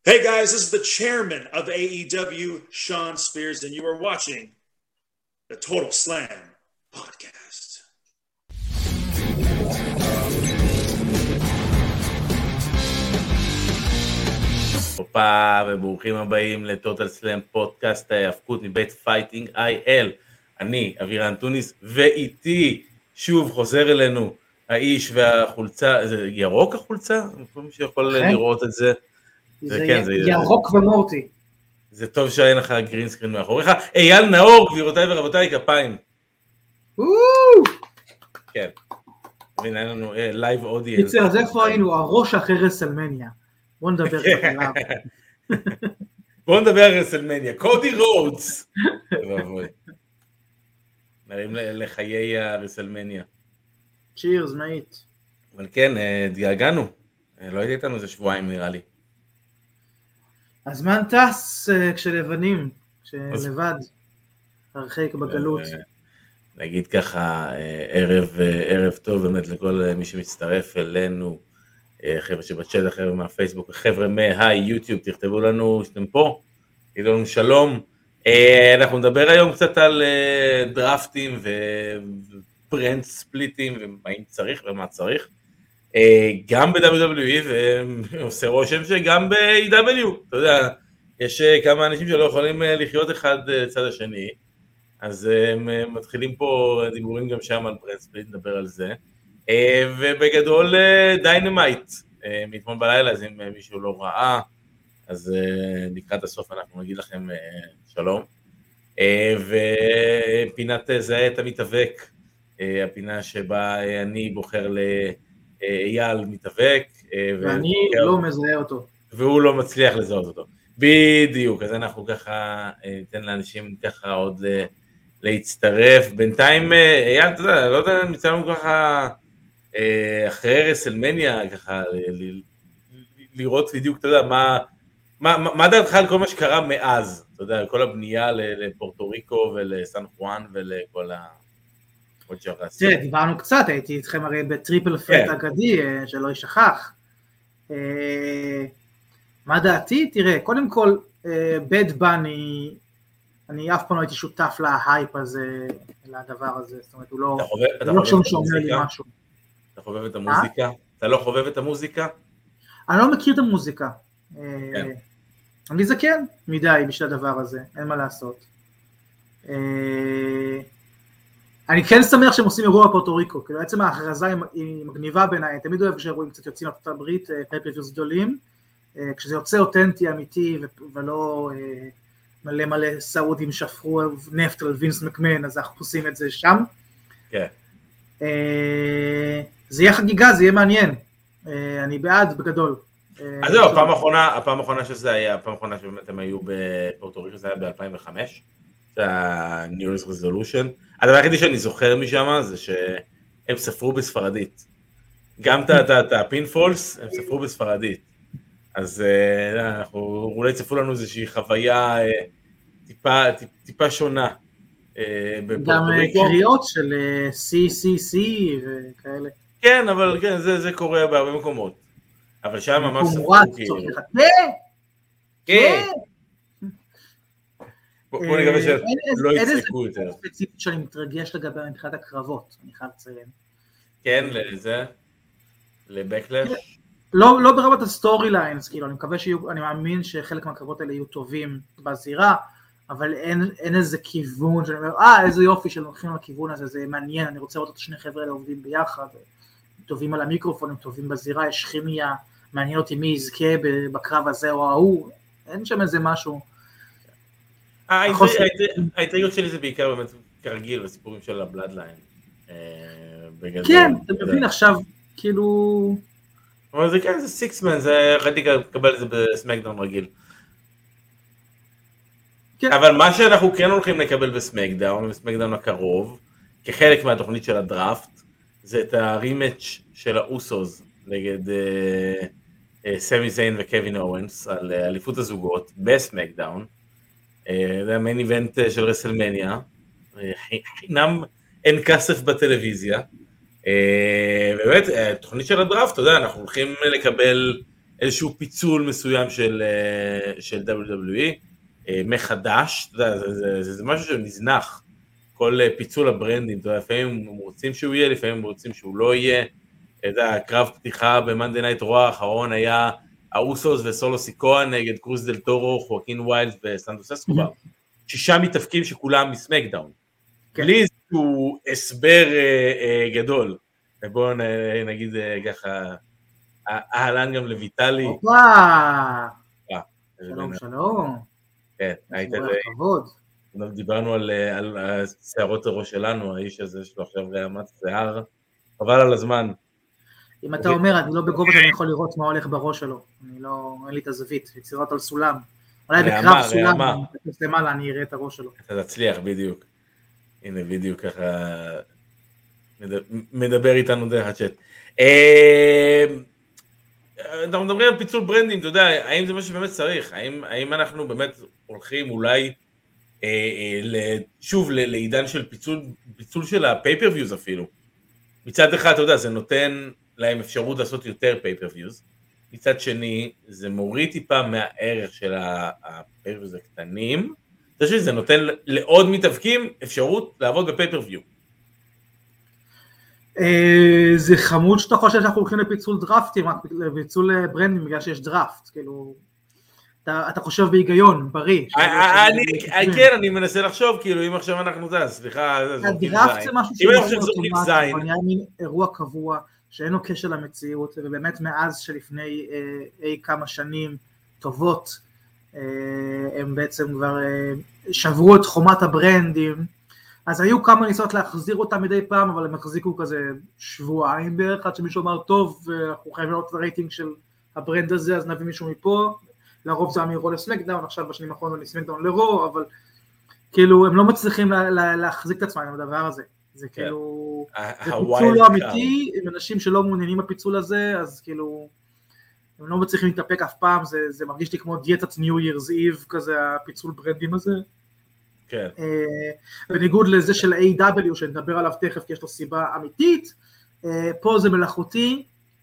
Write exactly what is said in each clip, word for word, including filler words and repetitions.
Hey guys, this is the chairman of A E W, Sean Spears, and you are watching the Total Slam podcast. הופה, וברוכים הבאים לטוטל סלאם פודקאסט ההאבקות מבית פייטינג איי אל. אני אבירן טוניס, ואיתי שוב חוזר אלינו האיש והחולצה, זה ירוק החולצה? מי שיכול לראות את זה. זה כן, זה ירוק ומורטי. זה טוב שאין לך גרינסקרין מאחוריך. אייל נאור, גבירותיי ורבותיי, כפיים. כן. הנה, אין לנו לייב אודיאנס. יצא, אז איפה היינו? הראש אחרי רסלמניה. בוא נדבר קצת עליו. בוא נדבר על רסלמניה. קודי רודס. נראים לחיי הרסלמניה. צ'ירס, מייט. אבל כן, דגעגענו. לא הייתי איתנו איזה שבועיים נראה לי. הזמן טס כשלבנים, כשלבד, הרחק בגלות. נגיד ככה, ערב, ערב טוב באמת לכל מי שמצטרף אלינו, חבר'ה שבצ'אט, חבר'ה מהפייסבוק, חבר'ה מהיוטיוב, תכתבו לנו שאתם פה, תגידו לנו שלום. אנחנו נדבר היום קצת על דרפטים וברנד ספליטים, ומה אם צריך ומה צריך. גם ב-דאבליו דאבליו אי, ועושה רושם שגם ב-איי דאבליו, אתה יודע, יש כמה אנשים שלא יכולים לחיות אחד צד השני, אז הם מתחילים פה דיבורים גם שם על ברנד ספליט, נדבר על זה, ובגדול דיינמייט, מאתמול בלילה, אז אם מישהו לא ראה, אז לקראת הסוף אנחנו נגיד לכם שלום, ופינת זהה את המתאבק, הפינה שבה אני בוחר ל... אייל מתאבק, ואני לא מזהה אותו. והוא לא מצליח לזהות אותו. בדיוק, אז אנחנו ככה, ניתן לאנשים ככה עוד להצטרף. בינתיים, אייל, אתה יודע, לא יודע, מצאנו ככה, אחרי רסלמניה, ככה, לראות בדיוק, אתה יודע, מה, מה, מה דעתך על כל מה שקרה מאז? אתה יודע, כל הבנייה לפורטו ריקו ולסן חואן ולכל ה... תראה, דיברנו קצת, הייתי איתכם הרי בטריפל פרט אגדי, שלא ישכח. מה דעתי? תראה, קודם כל, בד בני, אני אף פעם לא הייתי שותף להייפ הזה, לדבר הזה, זאת אומרת, הוא לא שום שאומר לי משהו. אתה חובב את המוזיקה? אתה לא חובב את המוזיקה? אני לא מכיר את המוזיקה. אני זקן מדי בשביל הדבר הזה, אין מה לעשות. אני כן שמח שהם עושים אירוע בפורטו ריקו, כאילו בעצם ההכרזה היא מגניבה בעיניי, תמיד אוהב שאירועים קצת יוצאים לארצות הברית, פייפריוויוז גדולים, כשזה יוצא אותנטי אמיתי ולא מלא מלא סעודים שפכו נפט על וינס מקמן, אז אנחנו עושים את זה שם. כן. זה יהיה חגיגה, זה יהיה מעניין, אני בעד בגדול. אז זהו, הפעם האחרונה, הפעם האחרונה שזה היה, הפעם האחרונה שבאמת הם היו בפורטו ריקו, זה היה ב-אלפיים וחמש, זה ה-New Year's Resolution. הדבר היחידי שאני זוכר משם זה שהם ספרו בספרדית. גם את הפינפולס הם ספרו בספרדית. אז אנחנו אולי צפו לנו איזושהי חוויה טיפה, טיפה שונה. גם קריאות של סי סי סי וכאלה. כן, אבל כן, זה, זה קורה בהרבה מקומות. אבל שם ממש ספרו כאילו. כן. בוא נקווה שלא יצחקו יותר. אין איזה ספציפית שאני מתרגש לגבי מבחינת הקרבות, אני חייב לציין. כן, לזה? לבקלש? לא, לא ברמת הסטורי ליינס, כאילו, אני מקווה שיהיו, אני מאמין שחלק מהקרבות האלה יהיו טובים בזירה, אבל אין, אין איזה כיוון, שאני אומר, אה, איזה יופי של הולכים לכיוון הזה, זה מעניין, אני רוצה לראות את שני חבר'ה האלה עובדים ביחד, טובים על המיקרופון, הם טובים בזירה, יש כימיה, מעניין אותי מי יזכה בקרב הזה או ההוא, אין שם איזה משהו, ההתרגשות שלי זה בעיקר באמת כרגיל בסיפורים של הבלאדליין. כן, אתה מבין עכשיו, כאילו... אבל זה כן, זה סיקסמן, זה רציתי לקבל את זה בסמקדאון רגיל. אבל מה שאנחנו כן הולכים לקבל בסמקדאון, בסמקדאון הקרוב, כחלק מהתוכנית של הדראפט, זה את הרימץ' של האוסוס נגד סמי זיין וקווין אורנס על אליפות הזוגות בסמקדאון. זה המיין איבנט של רסלמניה, חינם אין כסף בטלוויזיה, באמת, תוכנית של הדראפט, אתה יודע, אנחנו הולכים לקבל איזשהו פיצול מסוים של, של דאבליו דאבליו אי, מחדש, אתה יודע, זה, זה, זה, זה משהו שנזנח, כל פיצול הברנדים, אתה יודע, לפעמים הם רוצים שהוא יהיה, לפעמים הם רוצים שהוא לא יהיה, אתה יודע, הקרב פתיחה במאנדי נייט רו האחרון היה האוסוס וסולו סיקואה נגד קרוס דל טורו, חואקין ויילד וסנטוס אסקובר, שישה מתאפקים שכולם מסמקדאון, בלי איזשהו הסבר גדול, ובואו נגיד ככה, אהלן גם לויטלי. הופה! שלום שלום. כן, היית זה. דיברנו על שערות הראש שלנו, האיש הזה יש לו עכשיו רעמת שיער, חבל על הזמן. אם אתה אומר, אני לא בגובה שאני יכול לראות מה הולך בראש שלו, אני לא, אין לי את הזווית, יצירות על סולם. אולי בקרב סולם, למעלה אני אראה את הראש שלו. אתה תצליח, בדיוק. הנה, בדיוק ככה מדבר איתנו דרך הצ'אט. אנחנו מדברים על פיצול ברנדים, אתה יודע, האם זה מה שבאמת צריך? האם, האם אנחנו באמת הולכים אולי, אה, אה, שוב, לעידן של פיצול, פיצול של הפייפרוויוז אפילו? מצד אחד, אתה יודע, זה נותן להם אפשרות לעשות יותר פייפרוויוז, מצד שני, זה מוריד טיפה מהערך של הפייפרוויוז הקטנים, אתה חושב שזה נותן לעוד מתאבקים אפשרות לעבוד בפייפרוויוז. זה חמוד שאתה חושב שאנחנו הולכים לפיצול דרפטים, לפיצול ברנדים בגלל שיש דרפט, כאילו, אתה חושב בהיגיון, בריא. כן, אני מנסה לחשוב, כאילו, אם עכשיו אנחנו זה, סליחה, הדרפט זה משהו שאומרים אוטומטי, אבל היה מין אירוע קבוע, שאין לו קשר למציאות, ובאמת מאז שלפני אי כמה שנים טובות, הם בעצם כבר שברו את חומת הברנדים, אז היו כמה ניסות להחזיר אותם מדי פעם, אבל הם החזיקו כזה שבועיים בערך, עד שמישהו אמר, טוב, אנחנו חייבים לראות את הרייטינג של הברנד הזה, אז נביא מישהו מפה, לרוב זה מרו לסמקדאון, עכשיו בשנים האחרונות מסמקדאון לרו, אבל כאילו הם לא מצליחים להחזיק את עצמם עם הדבר הזה, זה כאילו, זה פיצול לא אמיתי, עם אנשים שלא מעוניינים בפיצול הזה, אז כאילו, הם לא מצליחים להתאפק אף פעם, זה מרגיש לי כמו דיאטת ניו ירס איב, כזה הפיצול ברנדים הזה, כן. בניגוד לזה של איי דאבליו שנדבר עליו תכף כי יש לו סיבה אמיתית, פה זה מלאכותי,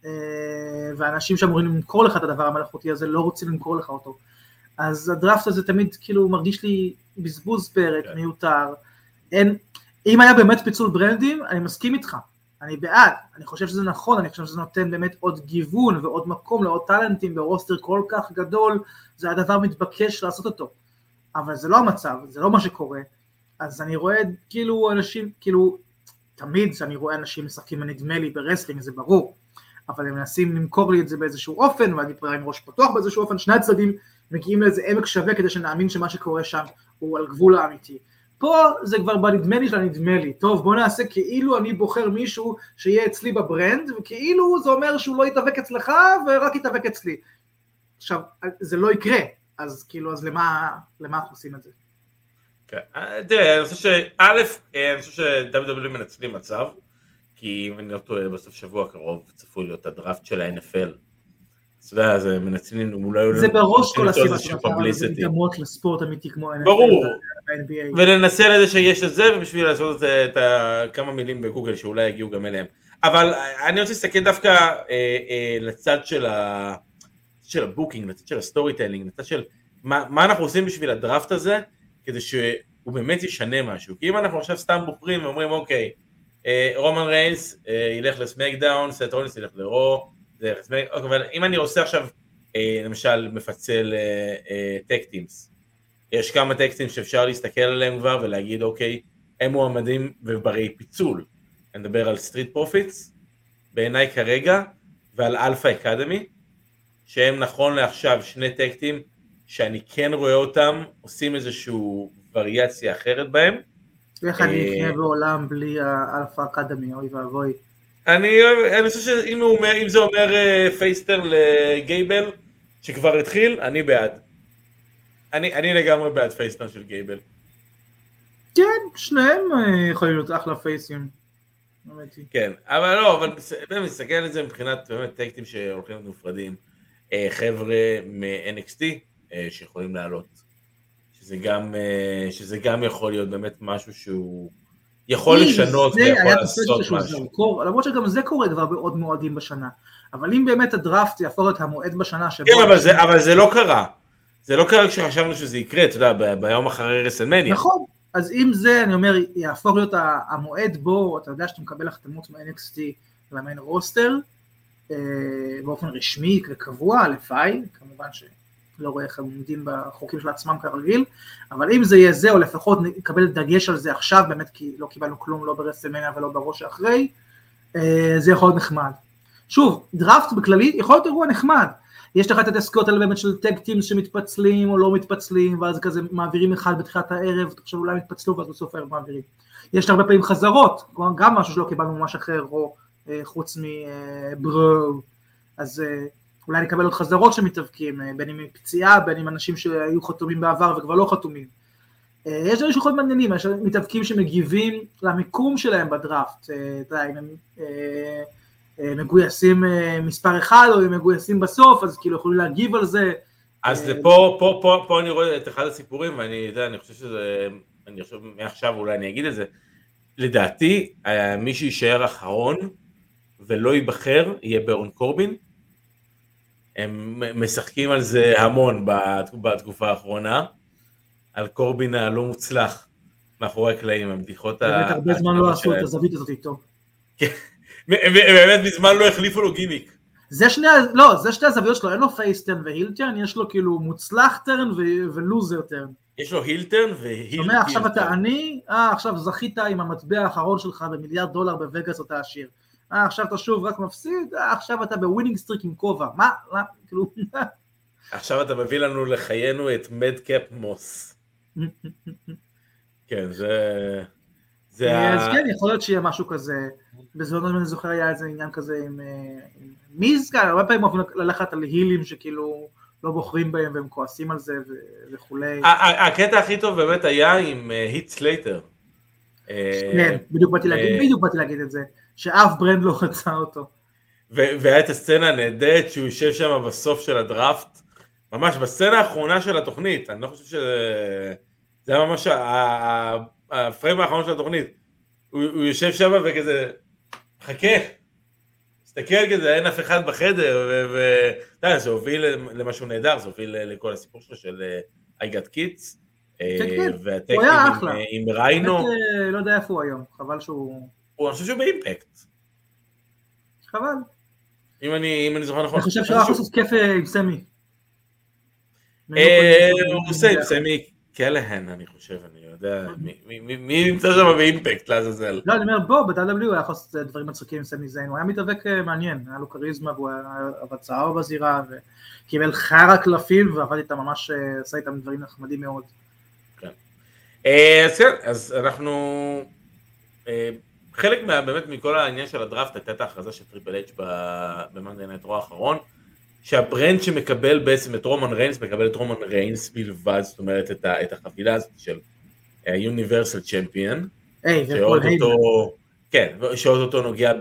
ואנשים שאמורים למכור לך את הדבר המלאכותי הזה לא רוצים למכור לך אותו, אז הדרפט הזה תמיד כאילו מרגיש לי בזבוז פרק, מיותר, אין, אם היה באמת פיצול ברנדים, אני מסכים איתך, אני בעד, אני חושב שזה נכון, אני חושב שזה נותן באמת עוד גיוון ועוד מקום לעוד טלנטים ברוסטר כל כך גדול, זה הדבר מתבקש לעשות אותו, אבל זה לא המצב, זה לא מה שקורה, אז אני רואה כאילו אנשים, כאילו, תמיד שאני רואה אנשים משחקים ונדמה לי ברסלינג, זה ברור, אבל הם מנסים למכור לי את זה באיזשהו אופן, ואני פרעה עם ראש פתוח באיזשהו אופן, שני הצדדים מגיעים לאיזה עמק שווה, כדי שנאמין שמה שקורה שם הוא על גבול האמיתי. פה זה כבר בנדמה לי של הנדמה לי, טוב בוא נעשה כאילו אני בוחר מישהו שיהיה אצלי בברנד, וכאילו זה אומר שהוא לא יתאבק אצלך, ורק יתאבק אצלי. עכשיו, זה לא יקרה. אז כאילו, אז למה, למה אנחנו עושים את זה? כן, תראה, אני חושב שא', אני חושב ש-דאבליו דאבליו אי מנצלים מצב, כי אם אני לא טועה, בסוף שבוע הקרוב צפוי להיות הדראפט של ה-אן אף אל, אז אתה יודע, זה מנצלים, אולי... זה בראש כל הסיבה זה מתאמות לספורט אמיתי כמו ה-אן אף אל. ברור, ולנסה לזה שיש את זה, ובשביל לעשות את כמה מילים בגוגל, שאולי יגיעו גם אליהם. אבל אני רוצה להסתכל דווקא לצד של ה... של הבוקינג, לצד של הסטורי טיילינג, לצד של מה, מה אנחנו עושים בשביל הדראפט הזה, כדי שהוא באמת ישנה משהו. כי אם אנחנו עכשיו סתם בוחרים ואומרים, אוקיי, רומן ריינס ילך לסמקדאון, סט רולינס ילך לרו, אוקיי, אבל אם אני עושה עכשיו, למשל, מפצל טק טימס, יש כמה טק טימס שאפשר להסתכל עליהם כבר ולהגיד, אוקיי, הם מועמדים וברי פיצול. אני מדבר על סטריט פרופיטס, בעיניי כרגע, ועל אלפא אקדמי, שהם נכון לעכשיו שני טקטים שאני כן רואה אותם, עושים איזושהי וריאציה אחרת בהם. איך אני אקנה בעולם בלי האלפא אקדמי, אוי ואבוי. אני חושב שאם זה אומר פייסטר לגייבל, שכבר התחיל, אני בעד. אני לגמרי בעד פייסטר של גייבל. כן, שניהם יכולים להיות אחלה פייסים. כן, אבל לא, אבל מסתכל על זה מבחינת באמת טקטים שהולכים להיות מופרדים. חבר'ה מ-אן אקס טי שיכולים לעלות, שזה גם, שזה גם יכול להיות באמת משהו שהוא יכול לשנות ויכול לעשות משהו. משהו. למרות שגם זה קורה כבר בעוד מועדים בשנה. אבל אם באמת הדראפט יהפוך את המועד בשנה שבו... כן, אבל זה, אבל זה לא קרה. זה לא קרה כשחשבנו שזה יקרה, אתה יודע, ב- ביום אחרי רסלמניה. נכון. אז אם זה, אני אומר, יהפוך להיות המועד בו, אתה יודע שאתה מקבל החתמות מ-אן אקס טי למיין רוסטר, באופן רשמי וקבוע, לפי, כמובן שלא רואה איך הם עומדים בחוקים של עצמם כרגיל, אבל אם זה יהיה זה, או לפחות נקבל דגש על זה עכשיו, באמת כי לא קיבלנו כלום, לא ברסלמניה ולא בראש האחרי, זה יכול להיות נחמד. שוב, דראפט בכללי יכול להיות אירוע נחמד, יש לך את הדסקות האלה באמת של טג טימס שמתפצלים או לא מתפצלים, ואז כזה מעבירים אחד בתחילת הערב, עכשיו אולי מתפצלו ואז בסוף הערב מעבירים. יש הרבה פעמים חזרות, גם משהו שלא קיבלנו ממש אחר, או חוץ מברו, אז אולי נקבל עוד חזרות שמתאבקים, בין אם פציעה, בין אם אנשים שהיו חתומים בעבר וכבר לא חתומים. יש לנו שחות מעניינים, יש מתאבקים שמגיבים למיקום שלהם בדראפט, אתה יודע, אם הם מגויסים מספר אחד, או הם מגויסים בסוף, אז כאילו יכולים להגיב על זה. אז פה, פה, פה, פה אני רואה את אחד הסיפורים, ואני יודע, אני חושב שזה, אני חושב מעכשיו אולי אני אגיד את זה, לדעתי, מי שישאר אחרון, ולא ייבחר, יהיה ברון קורבין, הם משחקים על זה המון בתקופה האחרונה, על קורבין הלא מוצלח, מאחורי הקלעים, הבדיחות ה... באמת הרבה זמן לא עשו את הזווית הזאת איתו. כן, באמת מזמן לא החליפו לו גימיק. זה שני, לא, זה שתי הזוויות שלו, אין לו פייסטרן והילטרן, יש לו כאילו מוצלח טרן ולוזר טרן. יש לו הילטרן והילטרן. זאת אומרת, עכשיו אתה עני, אה, עכשיו זכית עם המטבע האחרון שלך במיליארד דולר בווגאס אתה עשיר. אה, עכשיו אתה שוב רק מפסיד, אה, עכשיו אתה בווינינג סטריק עם כובע. מה? מה? כאילו... עכשיו אתה מביא לנו לחיינו את מדקאפ מוס. כן, זה... אז כן, יכול להיות שיהיה משהו כזה. בזמן אני זוכר היה איזה עניין כזה עם מיז, כאן, הרבה פעמים אוהבים ללכת על הילים שכאילו לא בוחרים בהם והם כועסים על זה וכולי. הקטע הכי טוב באמת היה עם היט סלייטר. כן, בדיוק באתי להגיד, בדיוק באתי להגיד את זה, שאף ברנד לא רצה אותו. והיה את הסצנה הנהדרת שהוא יושב שם בסוף של הדראפט, ממש בסצנה האחרונה של התוכנית, אני לא חושב שזה... זה היה ממש הפריים האחרון של התוכנית. הוא יושב שם וכזה, חכה, מסתכל כזה, אין אף אחד בחדר, וזה הוביל למשהו נהדר, זה הוביל לכל הסיפור שלו של I got kids, והטקטים עם ריינו. לא יודע איפה הוא היום, חבל שהוא... אני חושב שהוא באימפקט. חבל. אם אני זוכר נכון. אני חושב שהוא היה חוסס כיף עם סמי. הוא עושה עם סמי קלהן, אני חושב, אני יודע, מי נמצא שם באימפקט לעזאזל? לא, אני אומר, בוא, ב-דאבליו דאבליו הוא היה חוס דברים מצחיקים עם סמי זיין, הוא היה מתאבק מעניין, היה לו כריזמה, והוא היה בצער בזירה, וקיבל חרא קלפים, ועבד איתם ממש, עשה איתם דברים נחמדים מאוד. כן. אז כן, אז אנחנו, חלק באמת מכל העניין של הדראפט, הייתה את ההכרזה של טריפל אייץ' במאנדיי נייט רו האחרון, שהברנד שמקבל בעצם את רומן ריינס, מקבל את רומן ריינס בלבד, זאת אומרת את החבילה הזאת של יוניברסל צ'מפיון, שעוד אותו, כן, שעוד אותו נוגע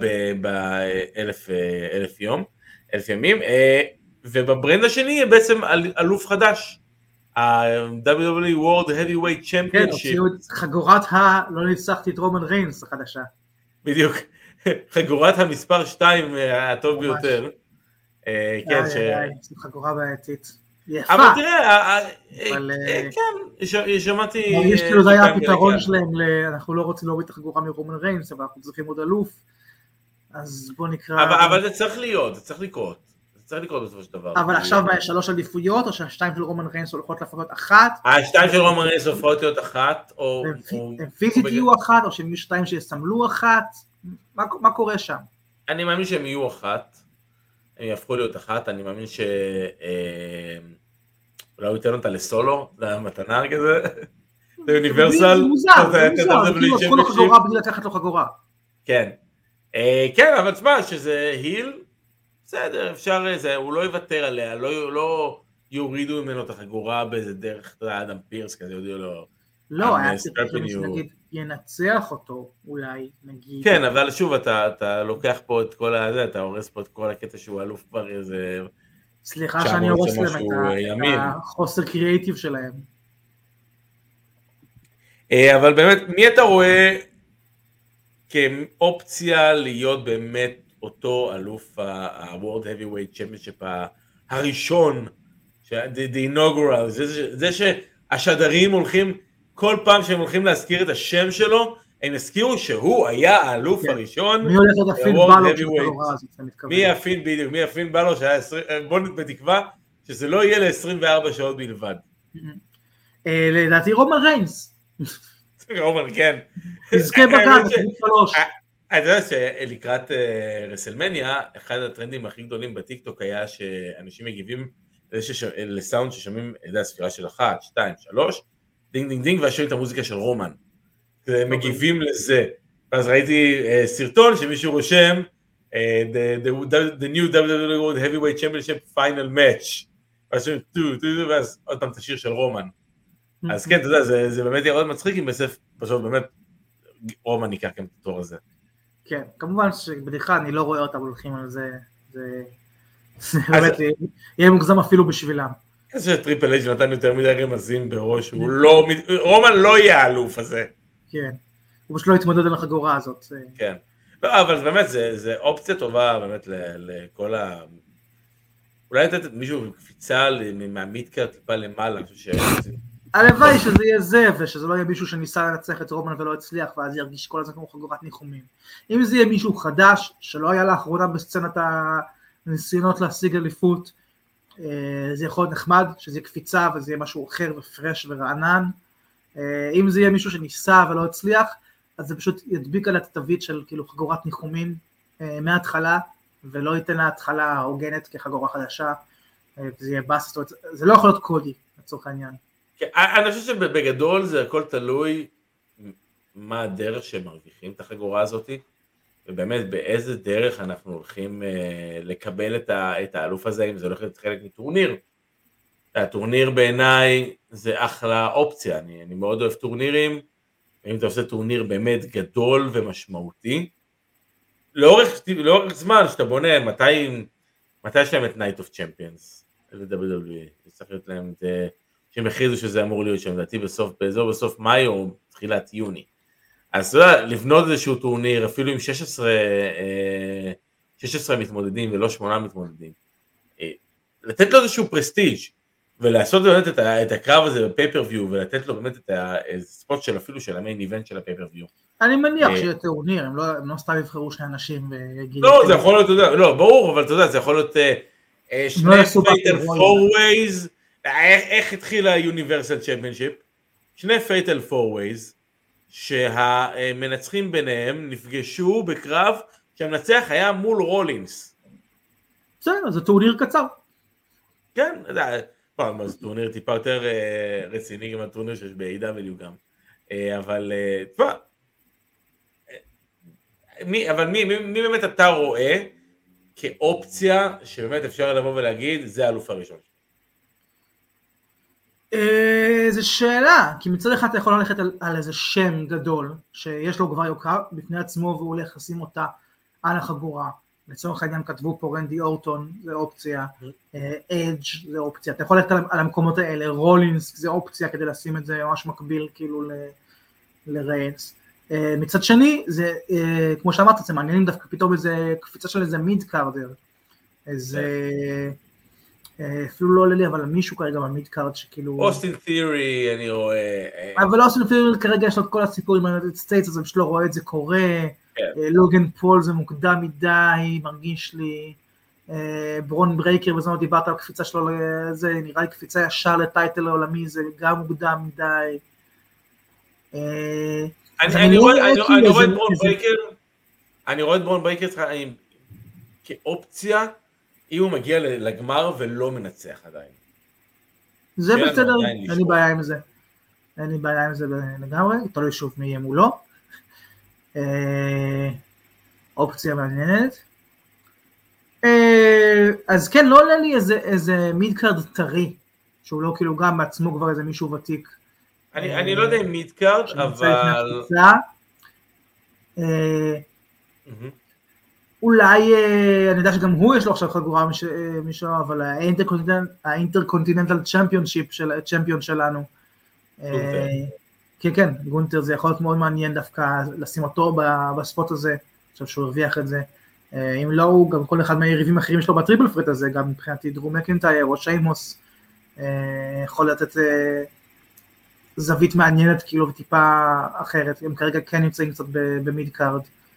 באלף יום, אלף ימים, ובברנד השני יהיה בעצם אלוף חדש, ה-דאבליו דאבליו E World Heavyweight Championship. כן, הוציאו את חגורת ה... לא ניצחתי את רומן ריינס החדשה. בדיוק, חגורת המספר שתיים הטוב ביותר. כן, ש... חגורה בעייתית. יפה. אבל תראה, כן, שמעתי... יש כאילו זה היה הפתרון שלהם, אנחנו לא רוצים להוריד את החגורה מרומן ריינס, אבל אנחנו צריכים עוד אלוף, אז בוא נקרא... אבל זה צריך להיות, זה צריך לקרות, זה צריך לקרות בסופו של דבר. אבל עכשיו שלוש עדיפויות, או שהשתיים של רומן ריינס הולכות לפחות אחת? השתיים של רומן ריינס הולכות להיות אחת, או... הם פיזית יהיו אחת, או שהם יהיו שתיים שיסמלו אחת? מה קורה שם? אני מאמין שהם יהיו אחת. הם יהפכו להיות אחת, אני מאמין ש... אולי הוא ייתן אותה לסולו, זה היה מתנה כזה, זה אוניברסל. זה מוזר, זה מוזר, כאילו לקחו לו חגורה בלי לקחת לו חגורה. כן, כן, אבל תשמע, שזה היל, בסדר, אפשר, הוא לא יוותר עליה, לא יורידו ממנו את החגורה באיזה דרך, אתה יודע, אדם פירס כזה, יודיעו לו. לא, היה צריך שנגיד ינצח אותו, אולי, נגיד. כן, אבל שוב, אתה לוקח פה את כל הזה, אתה הורס פה את כל הקטע שהוא אלוף כבר איזה... סליחה שאני הורס להם את החוסר קריאיטיב שלהם. אבל באמת, מי אתה רואה כאופציה להיות באמת אותו אלוף ה-World Heavyweight Championship הראשון, the inaugural, זה שהשדרים הולכים, כל פעם שהם הולכים להזכיר את השם שלו, הם הזכירו שהוא היה האלוף הראשון. מי הולך את הפין בלו של הקטגוריה הזאת? מי הפין בדיוק, מי הפין בלו שהיה, בוא בתקווה שזה לא יהיה ל-עשרים וארבע שעות בלבד. לדעתי רומן ריינס. רומן, כן. תזכה בגן, שלוש. אתה יודע שלקראת רסלמניה, אחד הטרנדים הכי גדולים בטיקטוק היה שאנשים מגיבים לסאונד ששומעים את הספירה של אחת, שתיים, שלוש, דינג דינג דינג, והשאיר את המוזיקה של רומן. מגיבים לזה. ואז ראיתי סרטון שמישהו רושם, the new דאבליו דאבליו אי World Heavyweight Championship Final Match. ואז עוד פעם את השיר של רומן. אז כן, אתה יודע, זה באמת יהיה עוד מצחיק, אם בסוף פשוט באמת רומן ייקח גם את התור הזה. כן, כמובן שבדיחה אני לא רואה אותם הולכים על זה, זה באמת יהיה מוגזם אפילו בשבילם. איזה שטריפל אייג' נתן יותר מדי רמזים בראש, רומן לא יהיה האלוף הזה. כן, הוא פשוט לא יתמודד על החגורה הזאת. כן, לא, אבל באמת זה אופציה טובה באמת לכל ה... אולי לתת מישהו קפיצה מהמידקארד טיפה למעלה, אני חושב ש... הלוואי שזה יהיה זה, ושזה לא יהיה מישהו שניסה לנצח את רומן ולא הצליח, ואז ירגיש כל הזמן כמו חגורת ניחומים. אם זה יהיה מישהו חדש, שלא היה לאחרונה בסצנת הניסיונות להשיג אליפות, זה יכול להיות נחמד, שזה יהיה קפיצה, וזה יהיה משהו אחר ופרש ורענן. אם זה יהיה מישהו שניסה ולא הצליח, אז זה פשוט ידביק על התווית של כאילו חגורת ניחומים מההתחלה, ולא ייתן לה התחלה הוגנת כחגורה חדשה, זה יהיה בסט, זה לא יכול להיות קודי, לצורך העניין. אני חושב שבגדול זה הכל תלוי מה הדרך שמרוויחים את החגורה הזאת, ובאמת באיזה דרך אנחנו הולכים לקבל את האלוף הזה, אם זה הולך להיות חלק מטורניר. הטורניר בעיניי זה אחלה אופציה, אני, אני מאוד אוהב טורנירים, אם אתה עושה טורניר באמת גדול ומשמעותי, לאורך, לאורך זמן שאתה בונה, מתי, מתי יש להם את Night of Champions, ל-דאבליו דאבליו אי, צריך להיות להם את... שהם הכריזו שזה אמור להיות שם, לדעתי בסוף, באזור בסוף מאי או תחילת יוני. אז אתה יודע, לבנות איזשהו טורניר, אפילו עם שש עשרה, שש עשרה מתמודדים ולא שמונה מתמודדים, לתת לו איזשהו פרסטיג' ולעשות באמת את, את הקרב הזה בפייפריוויו, ולתת לו באמת את הספוט של אפילו של המיין איבנט של הפייפריוויו. אני מניח שיהיה טורניר, הם לא, הם לא סתם יבחרו שני אנשים ויגידו... לא, זה יכול להיות, אתה יודע, לא, ברור, אבל אתה יודע, זה יכול להיות שני פייטל פור ווייז, איך התחיל ה-Universal Championship? שני פייטל פור ווייז, שהמנצחים ביניהם נפגשו בקרב שהמנצח היה מול רולינס. בסדר, זה טורניר קצר. כן, פעם, זה טורניר טיפה יותר רציני, גם הטורניר שיש ב-איי דאבליו גם. אבל, תפע, אבל מי, מי, מי באמת אתה רואה כאופציה שבאמת אפשר לבוא ולהגיד, זה האלוף הראשון? זו שאלה, כי מצד אחד אתה יכול ללכת על, על איזה שם גדול, שיש לו כבר יוקר בפני עצמו, והוא הולך לשים אותה על החגורה. לצורך העניין כתבו פה רנדי אורטון, זה אופציה, אדג' זה אופציה, אתה יכול ללכת על המקומות האלה, רולינס זה אופציה כדי לשים את זה ממש מקביל כאילו לריינס. מצד שני, זה, כמו שאמרת, זה מעניינים דווקא פתאום איזה קפיצה של איזה מיד קארדר, איזה... אפילו לא עולה לי, אבל מישהו כרגע במיד קארד שכאילו... אוסטין תיאורי, אני רואה... אבל אוסטין תיאורי כרגע יש לו את כל הסיפור עם היונייטד סטייטס, אז אני פשוט לא רואה את זה קורה, לוגן פול זה מוקדם מדי, מרגיש לי, ברון ברייקר, בזמן דיברת על קפיצה שלו, זה נראה לי קפיצה ישר לטייטל העולמי, זה גם מוקדם מדי. אני רואה את ברון ברייקר, אני רואה את ברון ברייקר כאופציה, אם הוא מגיע לגמר ולא מנצח עדיין. זה בסדר, אין לי בעיה עם זה. אין לי בעיה עם זה לגמרי, תלוי שוב מי יהיה מולו. אופציה מעניינת. אז כן, לא עולה לי איזה מידקארד טרי, שהוא לא כאילו גם בעצמו כבר איזה מישהו ותיק. אני לא יודע אם מידקארד, אבל... אולי, אני יודע שגם הוא יש לו עכשיו חגורה משהו, אבל האינטרקונטיננטל צ'מפיונשיפ, צ'מפיון שלנו, כן, כן, גונטר זה יכול להיות מאוד מעניין דווקא לשים אותו בספוט הזה, עכשיו שהוא הרוויח את זה, אם לא, הוא גם כל אחד מהיריבים אחרים שלו בטריפל פרט הזה, גם מבחינתי דרו מקינטייר או שיימוס, יכול לתת זווית מעניינת כאילו וטיפה אחרת, הם כרגע כן נמצאים קצת במיד קארד.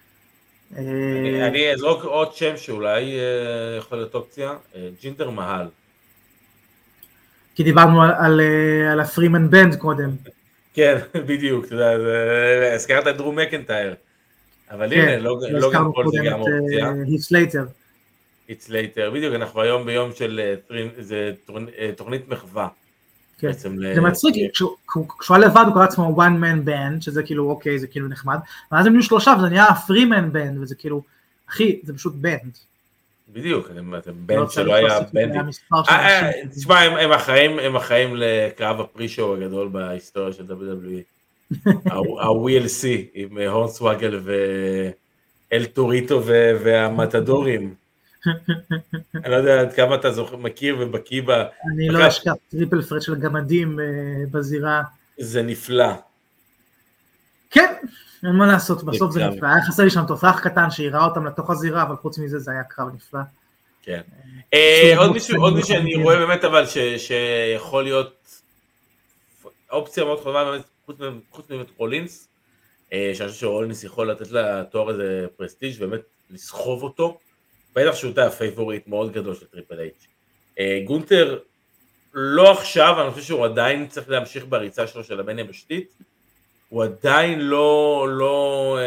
אני אזרוק עוד שם שאולי יכול להיות אופציה, ג'ינדר מהל. כי דיברנו על הפרימן בנד קודם. כן, בדיוק, אתה יודע, הזכרת את דרו מקינטייר. אבל הנה, לא גם כל זה גם אופציה. היץ לייטר. היץ לייטר, בדיוק, אנחנו היום ביום של תוכנית מחווה. זה מצחיק, כשהוא היה לבד הוא קרא עצמו one man band, שזה כאילו אוקיי, זה כאילו נחמד, ואז הם נהיו שלושה, וזה נהיה free man band, וזה כאילו, אחי, זה פשוט בנד. בדיוק, בנד שלא היה בנדי. תשמע, הם החיים לקרב הפרי-שואו הגדול בהיסטוריה של דאבליו דאבליו אי. ה-ווי אל סי עם הורנסוואגל ואל טוריטו והמטדורים. אני לא יודע עד כמה אתה מכיר ובקיא ב... אני לא אשכח טריפל פרט של גמדים בזירה. זה נפלא. כן, אין מה לעשות, בסוף זה נפלא. היה חסר לי שם תותח קטן שיראה אותם לתוך הזירה, אבל חוץ מזה זה היה קרב נפלא. כן. עוד מישהו שאני רואה באמת אבל שיכול להיות אופציה מאוד חשובה באמת, חוץ מבית רולינס, שאני חושב שרולינס יכול לתת לתואר איזה פרסטיג' ובאמת לסחוב אותו, בטח שהוא היה פייבוריט מאוד גדול של טריפל אייץ'. גונטר לא עכשיו, אני חושב שהוא עדיין צריך להמשיך בריצה שלו של הבן יבשתית, הוא עדיין לא, לא,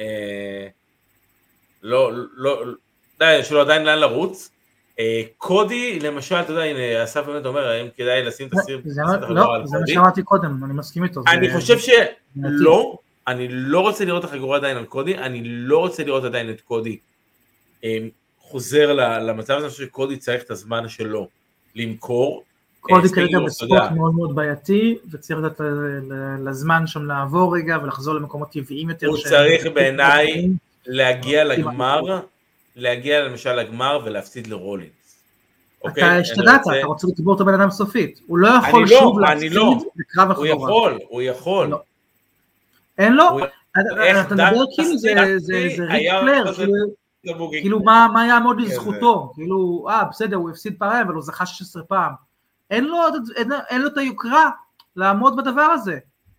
לא, לא, יש לו עדיין לאן לרוץ. קודי, למשל, אתה יודע, הנה, אסף באמת אומר, האם כדאי לשים את הסיר? לא, זה מה שאמרתי קודם, אני מסכים איתו. אני חושב שלא, אני לא רוצה לראות את החגורה עדיין על קודי, אני לא רוצה לראות עדיין את קודי חוזר למצב הזה שקודי צריך את הזמן שלו למכור. קודי כרגע בספורט מאוד מאוד בעייתי, וצריך לתת לזמן שם לעבור רגע ולחזור למקומות טבעיים יותר. הוא צריך בעיניי להגיע לגמר, להגיע למשל לגמר ולהפסיד לרולינס. אתה השתדעת, אתה רוצה לקבור את הבן אדם סופית. הוא לא יכול שוב להפסיד בקרב אחורה. הוא יכול, הוא יכול. אין לו, אתה מדבר כאילו זה ריק פלר, כאילו מה יעמוד לזכותו, כאילו, אה בסדר, הוא הפסיד פעם, אבל הוא זכה שש עשרה פעם. אין לו, אין לו את היוקרה לעמוד בדבר הזה.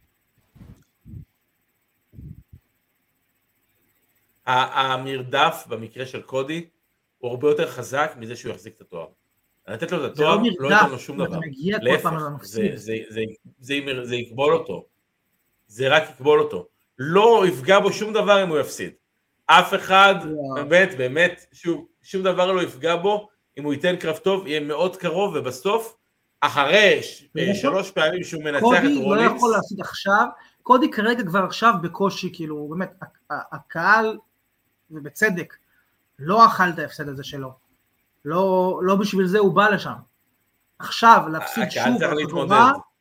המרדף במקרה של קודי הוא הרבה יותר חזק מזה שהוא יחזיק את התואר. לתת לו את התואר לא ייתן לו שום דבר. להפך, זה יקבול אותו. זה רק יקבול אותו. לא יפגע בו שום דבר אם הוא יפסיד. אף אחד, באמת, באמת, שום דבר לא יפגע בו, אם הוא ייתן קרב טוב, יהיה מאוד קרוב, ובסוף, אחרי שלוש פעמים שהוא מנצח את רולינס. קודי לא יכול להפסיד עכשיו, קודי כרגע כבר עכשיו בקושי, כאילו, באמת, הקהל, ובצדק, לא אכל את ההפסד הזה שלו. לא, לא בשביל זה הוא בא לשם. עכשיו, להפסיד שוב, הקהל צריך להתמודד.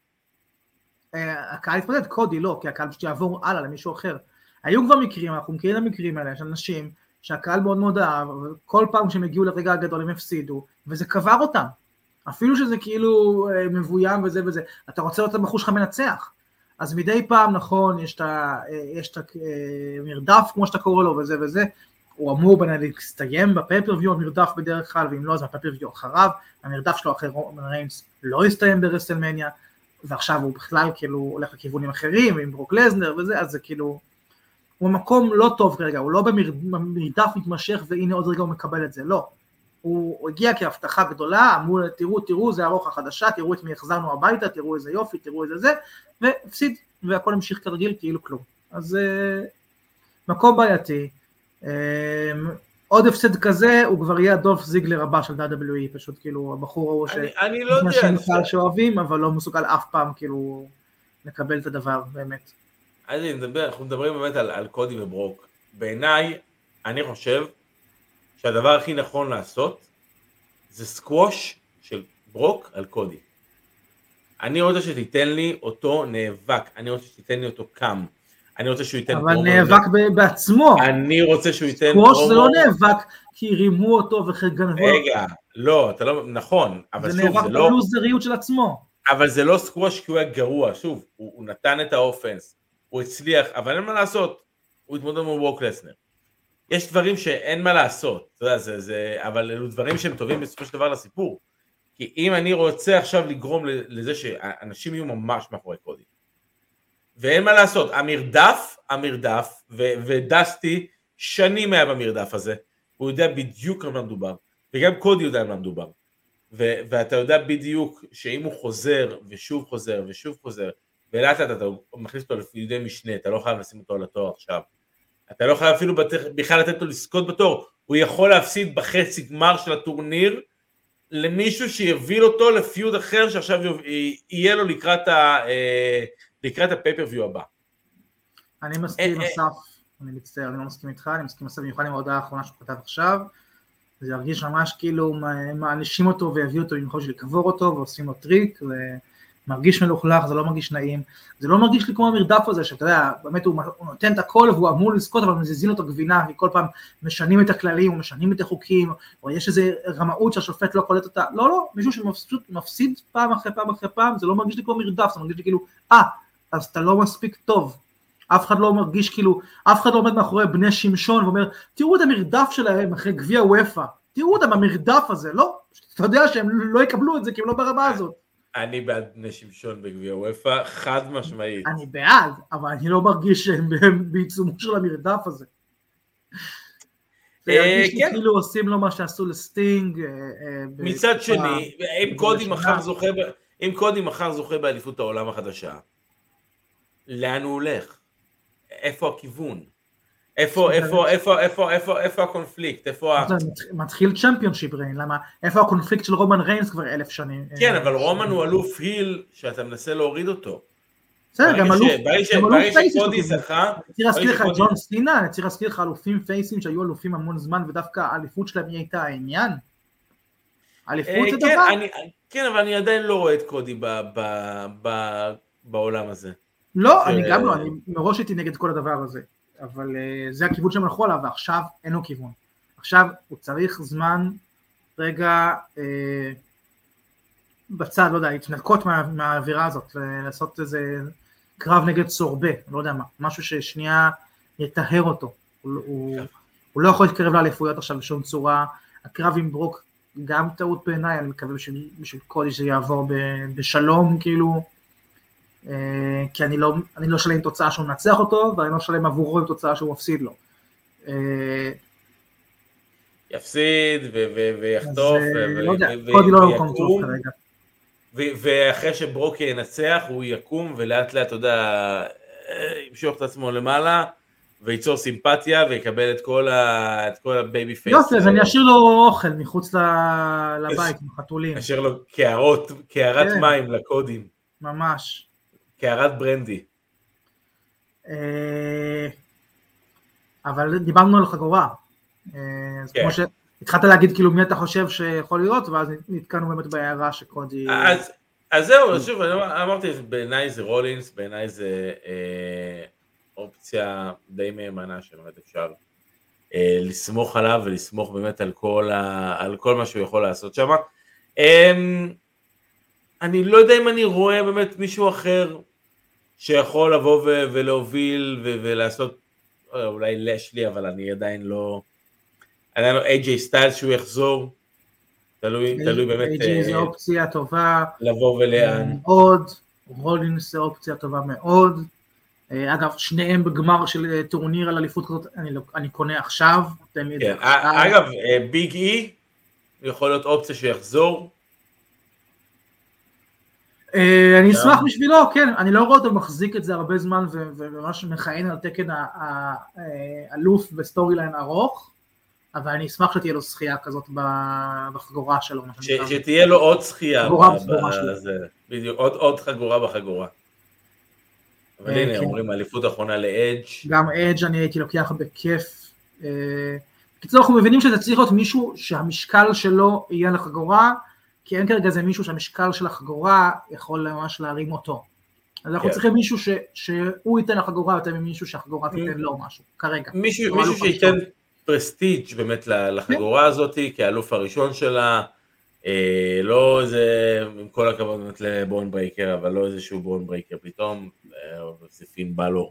הקהל להתמודד, קודי לא, כי הקהל פשוט יעבור הלאה למישהו אחר. היו כבר מקרים, אנחנו מכירים למקרים האלה, יש אנשים שהקהל מאוד מאוד אהב, וכל פעם שהם הגיעו לרגע הגדול הם הפסידו, וזה קבר אותם. אפילו שזה כאילו מבוים וזה וזה, אתה רוצה לראות את הבחור שלך מנצח. אז מדי פעם, נכון, יש את המרדף, כמו שאתה קורא לו, וזה וזה, הוא אמור בין להסתיים בפייפריוויו, המרדף בדרך כלל, ואם לא, אז הפייפריוויו אחריו, המרדף שלו אחרי רומן ריינס לא הסתיים ברסלמניה, ועכשיו הוא בכלל כאילו הולך לכיוונים אחרים, עם ברוק לזנר וזה, אז זה כאילו, הוא מקום לא טוב כרגע, הוא לא במרדף מתמשך, והנה עוד רגע הוא מקבל את זה, לא. הוא הגיע כהבטחה גדולה, אמרו, תראו, תראו, זה ארוך החדשה, תראו את מי החזרנו הביתה, תראו איזה יופי, תראו איזה זה, והפסיד, והכל המשיך כרגיל, כאילו כלום. אז מקום בעייתי, עוד הפסד כזה, הוא כבר יהיה הדולף זיגלר הבא של דאבליו דאבליו אי, פשוט כאילו הבחור ההוא אני לא יודע. שאוהבים, אבל לא מסוגל אף פעם כאילו לקבל את הדבר, באמת. אני מדבר, אנחנו מדברים באמת על, על קודי וברוק. בעיניי, אני חושב שהדבר הכי נכון לעשות זה סקווש של ברוק על קודי. אני רוצה שתיתן לי אותו נאבק, אני רוצה שתיתן לי אותו קם, אני רוצה שהוא ייתן... אבל נאבק בעצמו. אני רוצה שהוא ייתן... סקווש זה לא נאבק כי רימו אותו וגנבו... רגע, לא, אתה לא... נכון, אבל שוב, זה לא... זה נאבק בלוזריות של עצמו. אבל זה לא סקווש כי הוא היה גרוע, שוב, הוא, הוא נתן את האופנס, הוא הצליח, אבל אין מה לעשות, הוא התמודד מול ברוק לסנר. יש דברים שאין מה לעשות, אתה יודע, זה, זה, אבל אלו דברים שהם טובים בסופו של דבר לסיפור. כי אם אני רוצה עכשיו לגרום לזה שאנשים יהיו ממש מאחורי קודי, ואין מה לעשות, המרדף, המרדף, ו- ודסטי שנים היה במרדף הזה, הוא יודע בדיוק על מה מדובר, וגם קודי יודע על מה מדובר, ו- ואתה יודע בדיוק שאם הוא חוזר, ושוב חוזר, ושוב חוזר, ולאט לאט אתה מכניס אותו לידי משנה, אתה לא חייב לשים אותו על התואר עכשיו, אתה לא חייב אפילו בכלל לתת לו לזכות בתואר, הוא יכול להפסיד בחצי גמר של הטורניר, למישהו שיביל אותו לפיוד אחר, שעכשיו יהיה לו לקראת ה... לקראת הפייפריוויו הבא. אני מסכים אסף, אני מצטער, אני לא מסכים איתך, אני מסכים אסף במיוחד עם ההודעה האחרונה שהוא כתב עכשיו, זה ירגיש ממש כאילו מענישים אותו ויביאו אותו במיוחד של לקבור אותו ועושים לו טריק, ומרגיש מלוכלך, זה לא מרגיש נעים, זה לא מרגיש לי כמו המרדף הזה, שאתה יודע, באמת הוא נותן את הכל והוא אמור לזכות, אבל מזיזים לו את הגבינה, וכל פעם משנים את הכללים, ומשנים את החוקים, או יש איזו רמאות שהשופט לא קולט אותה, לא, לא, מישהו שמפסיד פעם אחרי פעם אחרי פעם, זה לא מרגיש לי כמו מרדף, זה מרגיש לי כאילו, אה, אז אתה לא מספיק טוב, אף אחד לא מרגיש כאילו, אף אחד לא עומד מאחורי בני שמשון, ואומר, תראו את המרדף שלהם אחרי גביע וופא, תראו אותם המרדף הזה, לא, אתה יודע שהם לא יקבלו את זה, כי הם לא ברמה הזאת. אני בעד בני שמשון בגביע וופא, חד משמעית. אני בעד, אבל אני לא מרגיש שהם בעיצומו של המרדף הזה. זה ירגיש כאילו עושים לו מה שעשו לסטינג. מצד שני, אם קודי מחר זוכה, אם קודי מחר זוכה באליפות העולם החדשה, לאן הוא הולך? איפה הכיוון? איפה, איפה, איפה, איפה, איפה, איפה הקונפליקט? איפה ה... מתחיל צ'מפיונשיפ ריין, למה? איפה הקונפליקט של רומן ריינס כבר אלף שנים? כן, אבל רומן הוא אלוף היל שאתה מנסה להוריד אותו. בסדר, גם אלוף שקודי זכה. אני צריך להזכיר לך ג'ון סינה, אני צריך להזכיר לך אלופים פייסים שהיו אלופים המון זמן, ודווקא האליפות שלהם היא הייתה העניין. האליפות זה דבר? כן, אבל אני עדיין לא רואה את קודי בעולם הזה. לא, אני גם לא, אני מראש הייתי נגד כל הדבר הזה. אבל uh, זה הכיוון שהם הלכו עליו, ועכשיו אין לו כיוון. עכשיו הוא צריך זמן, רגע, uh, בצד, לא יודע, להתנקות מה, מהאווירה הזאת, לעשות איזה קרב נגד סורבה, לא יודע מה, משהו ששנייה יטהר אותו. הוא, הוא, הוא לא יכול להתקרב לאליפויות עכשיו בשום צורה, הקרב עם ברוק גם טעות בעיניי, אני מקווה בשביל, בשביל קודי שזה יעבור ב, בשלום, כאילו, כי אני לא, אני לא שלם תוצאה שהוא מנצח אותו, ואני לא שלם עבורו עם תוצאה שהוא מפסיד לו. יפסיד ויחטוף, לא יודע, קודי לא במקום טוב כרגע. ואחרי שברוק ינצח, הוא יקום ולאט לאט, אתה יודע, ימשוך את עצמו למעלה, וייצור סימפתיה, ויקבל את כל הבייבי פייס. יופי, אז אני אשאיר לו אוכל מחוץ לבית, עם חתולים. אשאיר לו קערת מים לקודים. ממש. קערת ברנדי. אבל דיברנו על חגורה. אז כמו שהתחלת להגיד כאילו מי אתה חושב שיכול להיות, ואז נתקענו באמת בהערה שקודי... אז זהו, שוב, אמרתי, בעיניי זה רולינס, בעיניי זה אופציה די מהימנה שבאמת אפשר לסמוך עליו ולסמוך באמת על כל מה שהוא יכול לעשות שם. אני לא יודע אם אני רואה באמת מישהו אחר שיכול לבוא ולהוביל ולעשות, אולי לשלי, אבל אני עדיין לא, עדיין לא איי ג'יי סטיילס שהוא יחזור, תלוי, תלוי באמת. איי ג'יי זה אופציה טובה. לבוא ולאן. מאוד, רולינס זה אופציה טובה מאוד. אגב, שניהם בגמר של טורניר על אליפות כזאת, אני קונה עכשיו. אגב, ביג אי יכול להיות אופציה שיחזור. אני אשמח בשבילו, כן, אני לא רואה אותו מחזיק את זה הרבה זמן וממש מכהן על תקן האלוף בסטורי ליין ארוך, אבל אני אשמח שתהיה לו שחייה כזאת בחגורה שלו. שתהיה לו עוד שחייה, בדיוק, עוד חגורה בחגורה. אבל הנה, אומרים אליפות האחרונה לאדג'. גם אדג' אני הייתי לוקח בכיף. בקיצור, אנחנו מבינים שזה צריך להיות מישהו שהמשקל שלו יהיה לחגורה, כי אין כרגע זה מישהו שהמשקל של החגורה יכול ממש להרים אותו. אז אנחנו צריכים מישהו שהוא ייתן לחגורה יותר ממישהו שהחגורה תיתן לו משהו, כרגע. מישהו שייתן פרסטיג' באמת לחגורה הזאת, כאלוף הראשון שלה, לא איזה, עם כל הכבוד באמת לבורן ברייקר, אבל לא איזשהו בורן ברייקר, פתאום, זה פין בלור.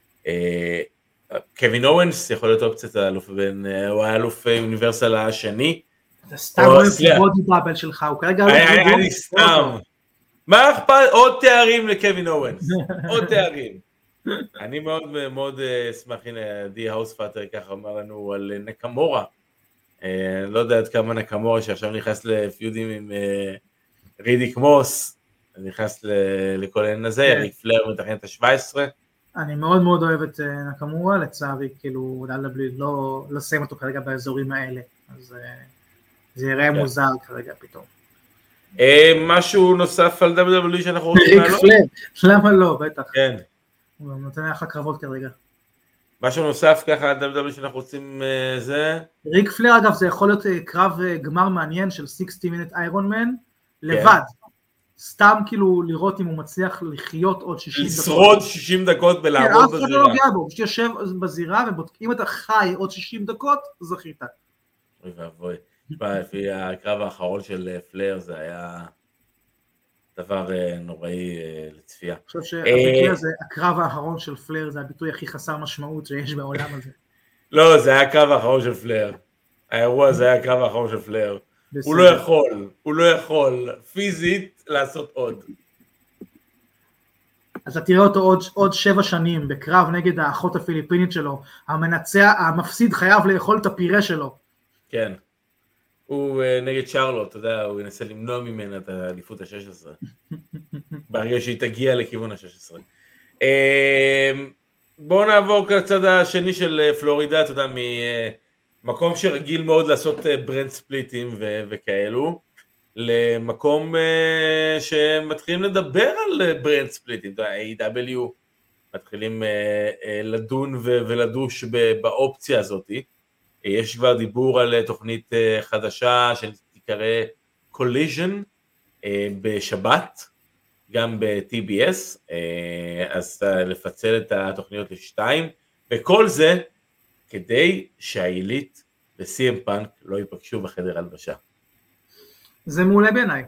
קווין אורנס יכול להיות אופציית האלוף, הוא היה אלוף אוניברסל השני. אתה סתם אוהב בודי דאבל שלך, הוא כרגע... אני סתם. מה אכפת? עוד תארים לקווין אורנס, עוד תארים. אני מאוד מאוד אשמח, הנה, די האוספאטר ככה אמר לנו על נקמורה. לא יודע עד כמה נקמורה שעכשיו נכנס לפיודים עם רידיק מוס, נכנס לכל העניין הזה, ריק פלר מתכן את ה-שבע עשרה. אני מאוד מאוד אוהב את נקמורה, לצערי, כאילו, לא לשים אותו כרגע באזורים האלה, אז זה יראה מוזר כרגע פתאום. משהו נוסף על דאבליו דאבליו אי שאנחנו רוצים לעלות? ריק פלר, למה לא, בטח. כן. הוא נותן לך קרבות כרגע. משהו נוסף ככה על דאבליו דאבליו אי שאנחנו רוצים זה? ריק פלר אגב זה יכול להיות קרב גמר מעניין של שישים מינט איירון מן, לבד. סתם כאילו לראות אם הוא מצליח לחיות עוד שישים דקות. לשרוד שישים דקות ולעמוד בזירה. אף אחד לא נוגע בו, פשוט יושב בזירה ובודקים אם אתה חי עוד שישים דקות, זכית. אוי ואבוי. לפי הקרב האחרון של פלר זה היה דבר נוראי לצפייה. אני חושב שהביטוי הזה, הקרב האחרון של פלר זה הביטוי הכי חסר משמעות שיש בעולם הזה. לא, זה היה הקרב האחרון של פלר. האירוע הזה היה הקרב האחרון של פלר. הוא לא יכול, הוא לא יכול פיזית לעשות עוד. אז אתה תראה אותו עוד, עוד שבע שנים בקרב נגד האחות הפיליפינית שלו, המנצח, המפסיד חייב לאכול את הפירה שלו. כן. הוא נגד שרלוט, אתה יודע, הוא ינסה למנוע ממנה את האליפות ה-שש עשרה. ברגע שהיא תגיע לכיוון ה-שש עשרה. בואו נעבור לצד השני של פלורידה, אתה יודע, ממקום שרגיל מאוד לעשות ברנד ספליטים ו- וכאלו, למקום שמתחילים לדבר על ברנד ספליטים, אתה יודע, איי דאבליו מתחילים לדון ו- ולדוש באופציה הזאת. יש כבר דיבור על תוכנית חדשה שתיקרא Collision בשבת, גם ב-טי בי אס, אז לפצל את התוכניות לשתיים, וכל זה כדי שהעילית וסי אם פאנק לא ייפגשו בחדר הלבשה. זה מעולה בעיניי.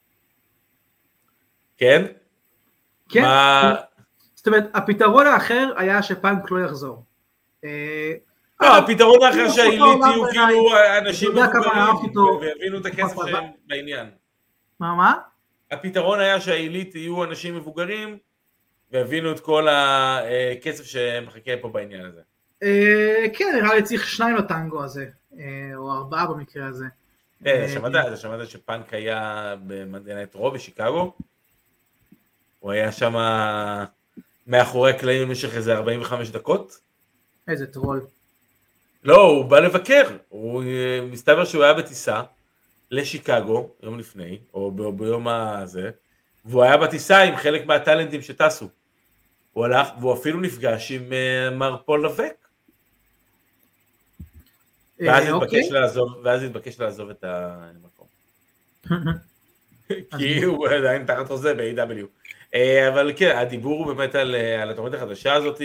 כן? כן. מה... זאת אומרת, הפתרון האחר היה שפאנק לא יחזור. לא, הפתרון האחר שהעילית יהיו כאילו אנשים מבוגרים ויבינו את הכסף שלהם בעניין. מה, מה? הפתרון היה שהעילית יהיו אנשים מבוגרים והבינו את כל הכסף שמחכה פה בעניין הזה. כן, נראה לי צריך שניים לטנגו הזה, או ארבעה במקרה הזה. שמעת, שמעת שפאנק היה במדינת רו בשיקגו? הוא היה שם מאחורי הקלעים במשך איזה ארבעים וחמש דקות? איזה טרול. לא, הוא בא לבקר, הוא מסתבר שהוא היה בטיסה לשיקגו, יום לפני, או ב- ביום הזה, והוא היה בטיסה עם חלק מהטלנטים שטסו. הוא הלך, והוא אפילו נפגש עם uh, מר פול לבק. ואז התבקש לעזוב, ואז התבקש לעזוב את המקום. כי הוא עדיין תחת חוזה ב-איי דאבליו. אבל כן, הדיבור הוא באמת על, על התוכנית החדשה הזאת,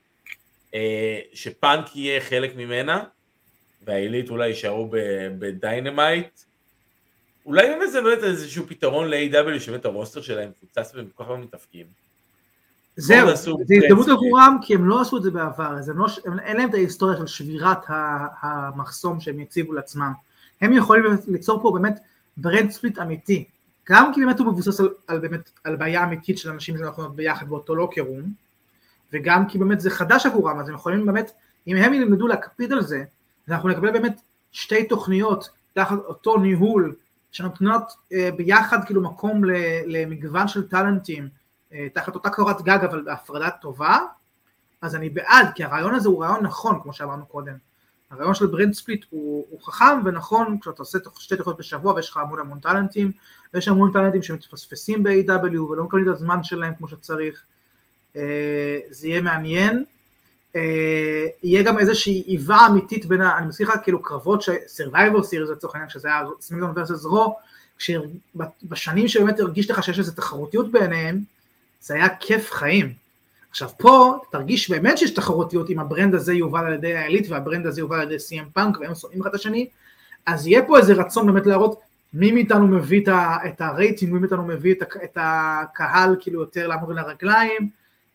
שפאנק יהיה חלק ממנה, והעילית אולי יישארו בדיינמייט. אולי באמת זה באמת איזשהו פתרון ל-איי דאבליו, שבאמת הרוסטר שלהם קוצץ בכל כך מתפקים. זהו, זה הזדמנות עבורם, כי הם לא עשו את זה בעבר, אין להם את ההיסטוריה של שבירת המחסום שהם יציבו לעצמם. הם יכולים ליצור פה באמת ברנד ספליט אמיתי, גם כי באמת הוא מבוסס על, על, באמת, על בעיה אמיתית של אנשים שאנחנו ביחד באותו לוקר רום, וגם כי באמת זה חדש עבורם, אז הם יכולים באמת, אם הם ילמדו להקפיד על זה, אנחנו נקבל באמת שתי תוכניות תחת אותו ניהול, שנותנות אה, ביחד כאילו מקום למגוון של טלנטים, אה, תחת אותה קורת גג אבל בהפרדה טובה, אז אני בעד, כי הרעיון הזה הוא רעיון נכון, כמו שאמרנו קודם. הרעיון של ברנד ספליט הוא, הוא חכם ונכון, כשאתה עושה שתי תוכניות בשבוע ויש לך המון המון טלנטים, ויש המון טלנטים שמתפספסים ב-איי דאבליו ולא מקבלים את הזמן שלהם כמו שצריך, אה, זה יהיה מעניין, אה, יהיה גם איזושהי איבה אמיתית בין, אני מזכיר לך כאילו קרבות ש-Survivor Series לצורך העניין, שזה היה סמקדאון versus רו, כשבשנים שבאמת הרגיש לך שיש איזו תחרותיות ביניהם, זה היה כיף חיים. עכשיו פה תרגיש באמת שיש תחרותיות אם הברנד הזה יובל על ידי העילית והברנד הזה יובל על ידי סי אם פאנק והם שונאים אחד את השני, אז יהיה פה איזה רצון באמת להראות מי מאיתנו מביא את הרייטינג, מי מאיתנו מביא את הקהל כאילו יותר לעמוד לרגליים,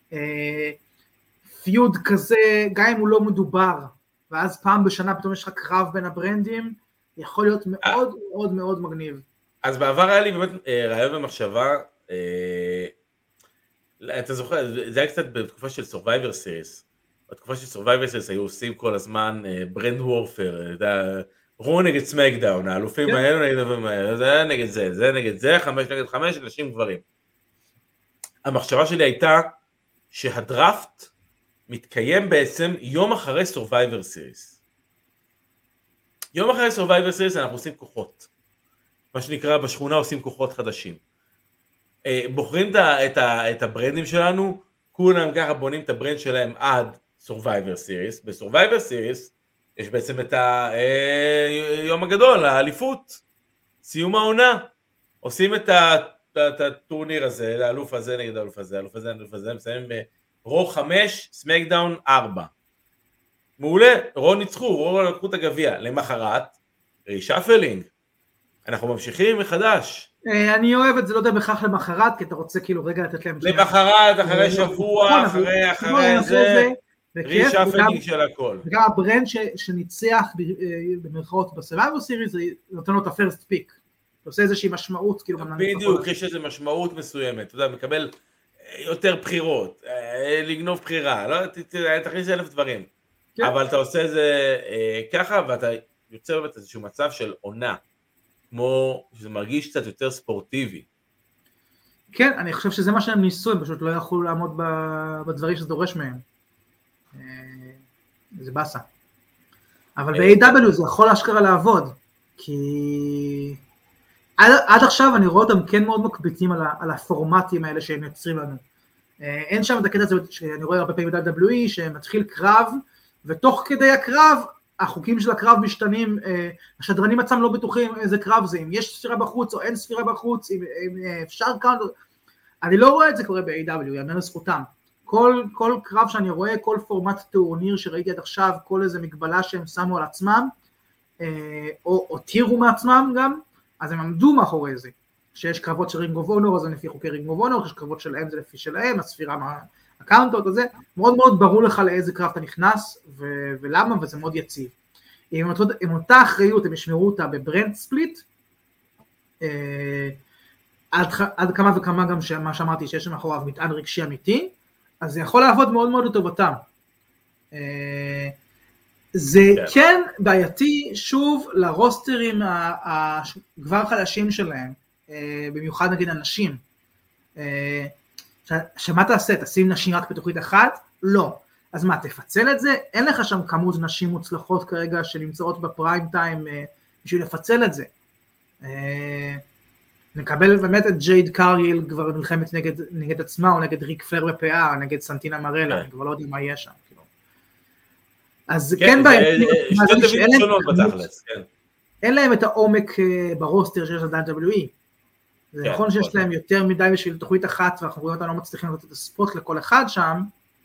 פיוד כזה, גם אם הוא לא מדובר, ואז פעם בשנה פתאום יש לך קרב בין הברנדים, יכול להיות מאוד מאוד מאוד מגניב. אז בעבר היה לי באמת רעיון במחשבה, אתה זוכר, זה היה קצת בתקופה של Survivor Series, בתקופה של Survivor Series היו עושים כל הזמן ברנד וורפר, רו נגד סמקדאון, האלופים האלו נגד האלופים האלו, זה נגד זה, זה נגד זה, חמש נגד חמש, נשים גברים. המחשבה שלי הייתה שהדראפט מתקיים בעצם יום אחרי Survivor Series. יום אחרי Survivor Series אנחנו עושים כוחות. מה שנקרא בשכונה עושים כוחות חדשים. בוחרים את, ה, את הברנדים שלנו, כולם ככה בונים את הברנד שלהם עד Survivor Series. ב-Survivor Series יש בעצם את היום הגדול, האליפות, סיום העונה. עושים את, ה, את הטורניר הזה, האלוף הזה נגד האלוף הזה, האלוף הזה, האלוף הזה, מסיימים רו חמש, סמקדאון ארבע. מעולה, רו ניצחו, רו לקחו את הגביע. למחרת, רישאפלינג. אנחנו ממשיכים מחדש. אני אוהב את זה, לא יודע בכך למחרת, כי אתה רוצה כאילו רגע לתת להם... למחרת, אחרי שבוע, אחרי אחרי זה, רישאפלינג של הכל. וגם הברנד שניצח במרכאות בסרווייבר סיריס, זה נותן לו את הפרסט פיק. אתה עושה איזושהי משמעות, כאילו... בדיוק, יש איזו משמעות מסוימת, אתה יודע, מקבל יותר בחירות, לגנוב בחירה, לא, תכניס אלף דברים. אבל אתה עושה את זה ככה, ואתה יוצר באמת איזשהו מצב של עונה. כמו שזה מרגיש קצת יותר ספורטיבי. כן, אני חושב שזה מה שהם ניסו, הם פשוט לא יכולו לעמוד בדברים שזה דורש מהם. זה בסה. אבל ב-איי דאבליו זה יכול אשכרה לעבוד, כי עד, עד עכשיו אני רואה אותם כן מאוד מקביטים על, על הפורמטים האלה שהם יוצרים לנו. אין שם את הקטע הזה שאני רואה הרבה פעמים ב-דאבליו דאבליו אי, שמתחיל קרב, ותוך כדי הקרב, החוקים של הקרב משתנים, השדרנים עצמם לא בטוחים איזה קרב זה, אם יש ספירה בחוץ או אין ספירה בחוץ, אם, אם אפשר כאן, אני לא רואה את זה קורה ב-איי דאבליו, יאמר לזכותם. כל, כל קרב שאני רואה, כל פורמט טורניר שראיתי עד עכשיו, כל איזה מגבלה שהם שמו על עצמם, או, או תירו מעצמם גם, אז הם עמדו מאחורי זה. כשיש קרבות של רינג אוף אונור, אז זה לפי חוקי רינג אוף אונור, כשיש קרבות שלהם זה לפי שלהם, הספירה מה... הקאונטות הזה, מאוד מאוד ברור לך לאיזה קרב אתה נכנס, ו- ולמה, וזה מאוד יציב. עם, אותו, עם אותה אחריות, הם ישמרו אותה בברנד ספליט, אה, עד, עד כמה וכמה גם מה שאמרתי, שיש מאחוריו מטען רגשי אמיתי, אז זה יכול לעבוד מאוד מאוד לטובתם. אה, זה yeah. כן בעייתי, שוב, לרוסטרים הגבר חדשים שלהם, אה, במיוחד נגיד אנשים, אה, שמה תעשה? תשים נשים רק בתוכנית אחת? לא. אז מה, תפצל את זה? אין לך שם כמות נשים מוצלחות כרגע שנמצאות בפריים טיים בשביל לפצל את זה. נקבל באמת את ג'ייד קאריל כבר נלחמת נגד, נגד עצמה, או נגד ריק פלר בפאה, או נגד סנטינה מרלה, אני כבר לא יודע מה יהיה שם. אז כן, אין להם את העומק ברוסטר שיש ל-דאבליו דאבליו אי. זה נכון שיש להם יותר מדי בשביל תוכנית אחת, ואנחנו רואים אותנו לא מצליחים לתת את הספוט לכל אחד שם,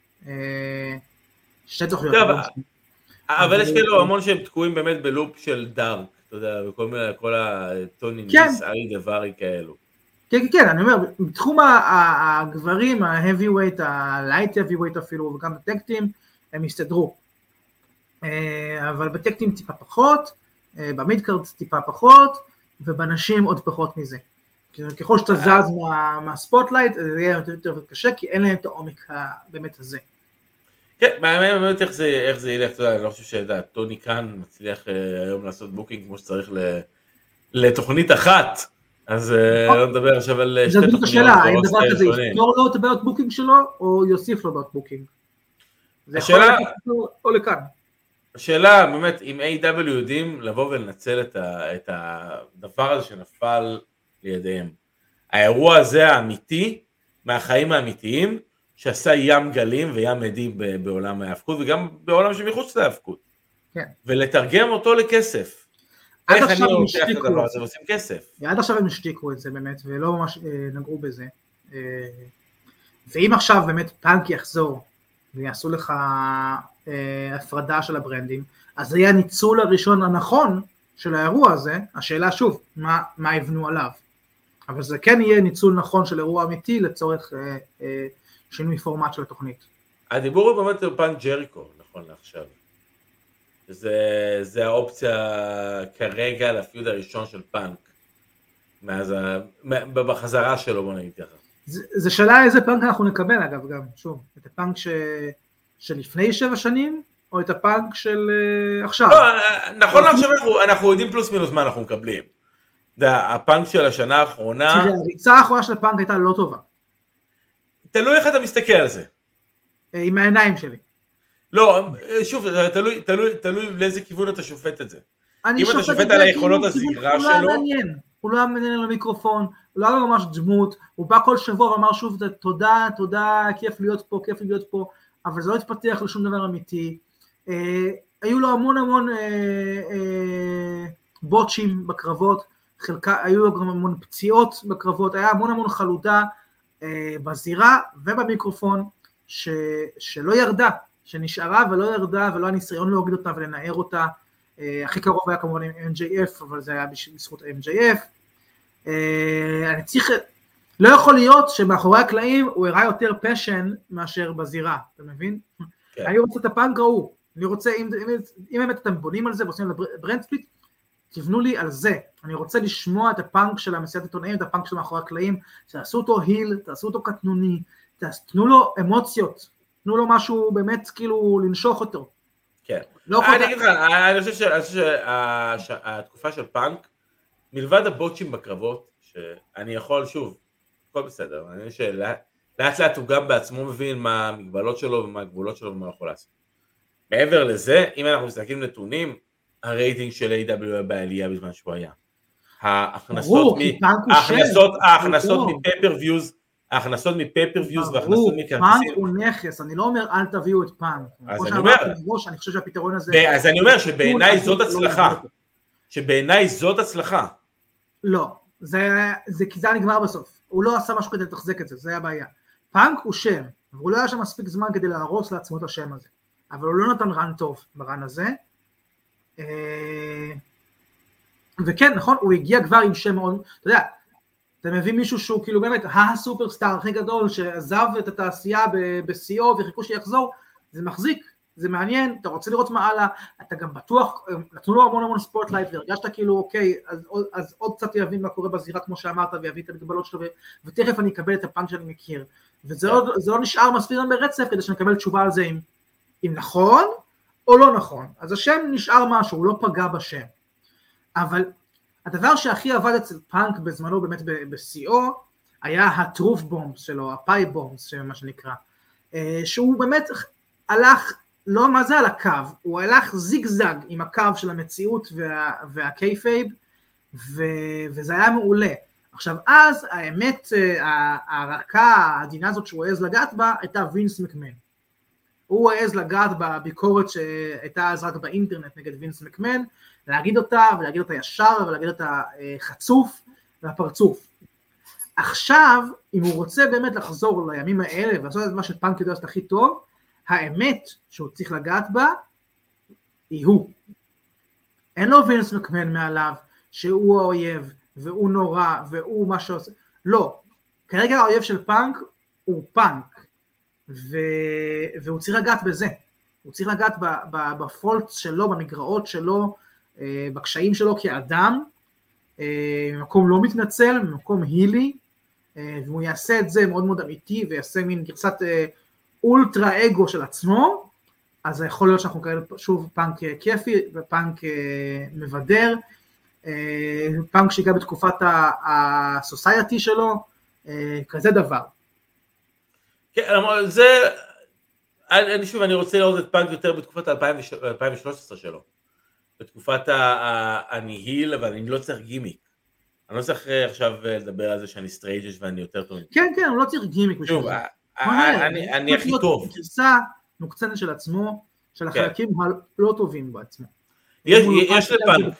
שתי תוכניות. אבל יש כאילו המון שהם תקועים באמת בלופ של דארק, אתה יודע, וכל מיני, כל הטונים, ניסאי דברי כאלו. כן, כן, כן, אני אומר, בתחום הגברים, ה-heavyweight, ה-light heavyweight אפילו, וגם בטקטים, הם הסתדרו. אבל בטקטים טיפה פחות, במידקארד טיפה פחות, ובנשים עוד פחות מזה. ככל שאתה זז מהספוטלייט, זה יהיה יותר יותר קשה, כי אין להם את העומק באמת הזה. כן, באמת איך זה ילך, אתה יודע, אני לא חושב שטוני קאן מצליח היום לעשות בוקינג כמו שצריך לתוכנית אחת, אז לא נדבר עכשיו על שתי תוכניות. זו השאלה, האם דבר כזה יפתור לו את הבעיות בוקינג שלו, או יוסיף לו בעיות בוקינג? זה יכול להיות או לכאן. השאלה, באמת, אם איי דאבליו יודעים לבוא ולנצל את הדבר הזה שנפל לידיהם. האירוע הזה האמיתי, מהחיים האמיתיים, שעשה ים גלים וים עדי בעולם ההאבקות, וגם בעולם שמחוץ להאבקות. כן. ולתרגם אותו לכסף. איך אני לוקח את הדבר הזה ועושים כסף? עד עכשיו הם השתיקו את זה באמת, ולא ממש נגעו בזה. ואם עכשיו באמת פאנק יחזור, ויעשו לך הפרדה של הברנדים, אז זה יהיה הניצול הראשון הנכון, של האירוע הזה, השאלה שוב, מה, מה יבנו עליו. אבל זה כן יהיה ניצול נכון של אירוע אמיתי לצורך אה, אה, שינוי פורמט של התוכנית. הדיבור הוא באמת על פאנק ג'ריקו, נכון לעכשיו. זה, זה האופציה כרגע לפיוד הראשון של פאנק, מאז ה... בחזרה שלו, בוא נגיד ככה. זה, זה שאלה איזה פאנק אנחנו נקבל אגב גם, שוב, את הפאנק ש... שלפני שבע שנים, או את הפאנק של uh, עכשיו. לא, נכון לעכשיו אנחנו, אנחנו יודעים פלוס מינוס מה אנחנו מקבלים. זה הפאנק של השנה האחרונה. תראה, הריצה האחרונה של הפאנק הייתה לא טובה. תלוי איך אתה מסתכל על זה. עם העיניים שלי. לא, שוב, תלוי, תלוי, תלוי לאיזה כיוון אתה שופט את זה. אם אתה שופט על היכולות הזירה שלו. הוא לא מעניין, הוא לא מעניין על המיקרופון, הוא לא היה ממש דמות, הוא בא כל שבוע ואמר שוב, תודה, תודה, כיף להיות פה, כיף להיות פה, אבל זה לא התפתח לשום דבר אמיתי. אה, היו לו המון המון אה, אה, בוטשים בקרבות, חלקה, היו לו גם המון פציעות בקרבות, היה המון המון חלודה אה, בזירה ובמיקרופון, ש, שלא ירדה, שנשארה ולא ירדה, ולא הניסיון להוריד אותה ולנער אותה. אה, הכי קרוב היה כמובן עם אם ג'יי אף, אבל זה היה בזכות אם ג'יי אף. אה, אני צריך, לא יכול להיות שמאחורי הקלעים הוא הראה יותר פשן מאשר בזירה, אתה מבין? כן. אני רוצה את הפאנק ראו, אני רוצה, אם, אם, אם באמת אתם בונים על זה ועושים ברנד ספליט, תבנו לי על זה, אני רוצה לשמוע את הפאנק של המסיעת עיתונאים, את הפאנק של מאחורי הקלעים, תעשו אותו היל, תעשו אותו קטנוני, תנו לו אמוציות, תנו לו משהו באמת כאילו לנשוך אותו. כן, אני אגיד לך, אני חושב שהתקופה של פאנק, מלבד הבוטשים בקרבות, שאני יכול שוב, הכל בסדר, אני חושב שלאט לאט הוא גם בעצמו מבין מה המגבלות שלו ומה הגבולות שלו ומה הוא יכול לעשות. מעבר לזה, אם אנחנו מסתכלים נתונים, הרייטינג של איי דאבליו היה בעלייה בזמן שהוא היה. ההכנסות מפייפריוויוז, ההכנסות מפייפריוויוז וההכנסות מכרטיסים. פאנק הוא נכס, אני לא אומר אל תביאו את פאנק. אז אני אומר, אני חושב שהפתרון הזה... אז אני אומר שבעיניי זאת הצלחה. שבעיניי זאת הצלחה. לא, זה היה נגמר בסוף. הוא לא עשה משהו כדי לתחזק את זה, זה היה בעיה. פאנק הוא שם, והוא לא היה שם מספיק זמן כדי להרוס לעצמו את השם הזה. אבל הוא לא נתן רן טוב ברן הזה. וכן, נכון, הוא הגיע כבר עם שם מאוד, אתה יודע, אתה מביא מישהו שהוא כאילו באמת הסופרסטאר הכי גדול שעזב את התעשייה בסיאו וחיכו שיחזור, זה מחזיק, זה מעניין, אתה רוצה לראות מה הלאה, אתה גם בטוח, נתנו לו המון המון ספוטלייט והרגשת כאילו אוקיי, אז, אז עוד קצת יבין מה קורה בזירה כמו שאמרת ויביא את המגבלות שלו ותכף אני אקבל את הפאנק שאני מכיר, וזה לא, זה לא נשאר מספיק ברצף כדי שנקבל תשובה על זה אם, אם נכון או לא נכון, אז השם נשאר משהו, הוא לא פגע בשם, אבל הדבר שהכי עבד אצל פאנק בזמנו באמת בסיאו, היה הטרוף בומס שלו, הפאי בומס, מה שנקרא, שהוא באמת הלך, לא מה זה על הקו, הוא הלך זיגזג עם הקו של המציאות וה, והקייפייב, ו, וזה היה מעולה. עכשיו אז האמת, הרקה, העדינה הזאת שהוא העז לגעת בה, הייתה וינס מקמן. הוא העז לגעת בביקורת שהייתה אז רק באינטרנט נגד וינס מקמן, להגיד אותה ולהגיד אותה ישר ולהגיד אותה חצוף והפרצוף. עכשיו, אם הוא רוצה באמת לחזור לימים האלה ולעשות את מה שפאנק יודע לעשות הכי טוב, האמת שהוא צריך לגעת בה היא הוא. אין לו וינס מקמן מעליו שהוא האויב והוא נורא והוא מה שעושה. לא. כרגע האויב של פאנק הוא פאנק. ו... והוא צריך לגעת בזה. הוא צריך לגעת בפולט שלו, במגרעות שלו, בקשיים שלו כאדם, ממקום לא מתנצל, ממקום הילי, והוא יעשה את זה מאוד מאוד אמיתי, ויעשה מין גרסת אולטרה אגו של עצמו, אז יכול להיות שאנחנו כאלה שוב פאנק כיפי, ופאנק מבדר, פאנק שיגע בתקופת הסוסייטי שלו, כזה דבר. כן, זה, אני שוב, אני רוצה לראות את פאנק יותר בתקופת אלפיים ושלוש עשרה שלו. בתקופת הניהיל, אבל אני לא צריך גימיק. אני לא צריך עכשיו לדבר על זה שאני סטרייג'ש ואני יותר טוב. כן, כן, אני לא צריך גימיק. שוב, אני הכי טוב. גרסה נוקצנת של עצמו, של החלקים הלא טובים בעצמו. יש לפאנק.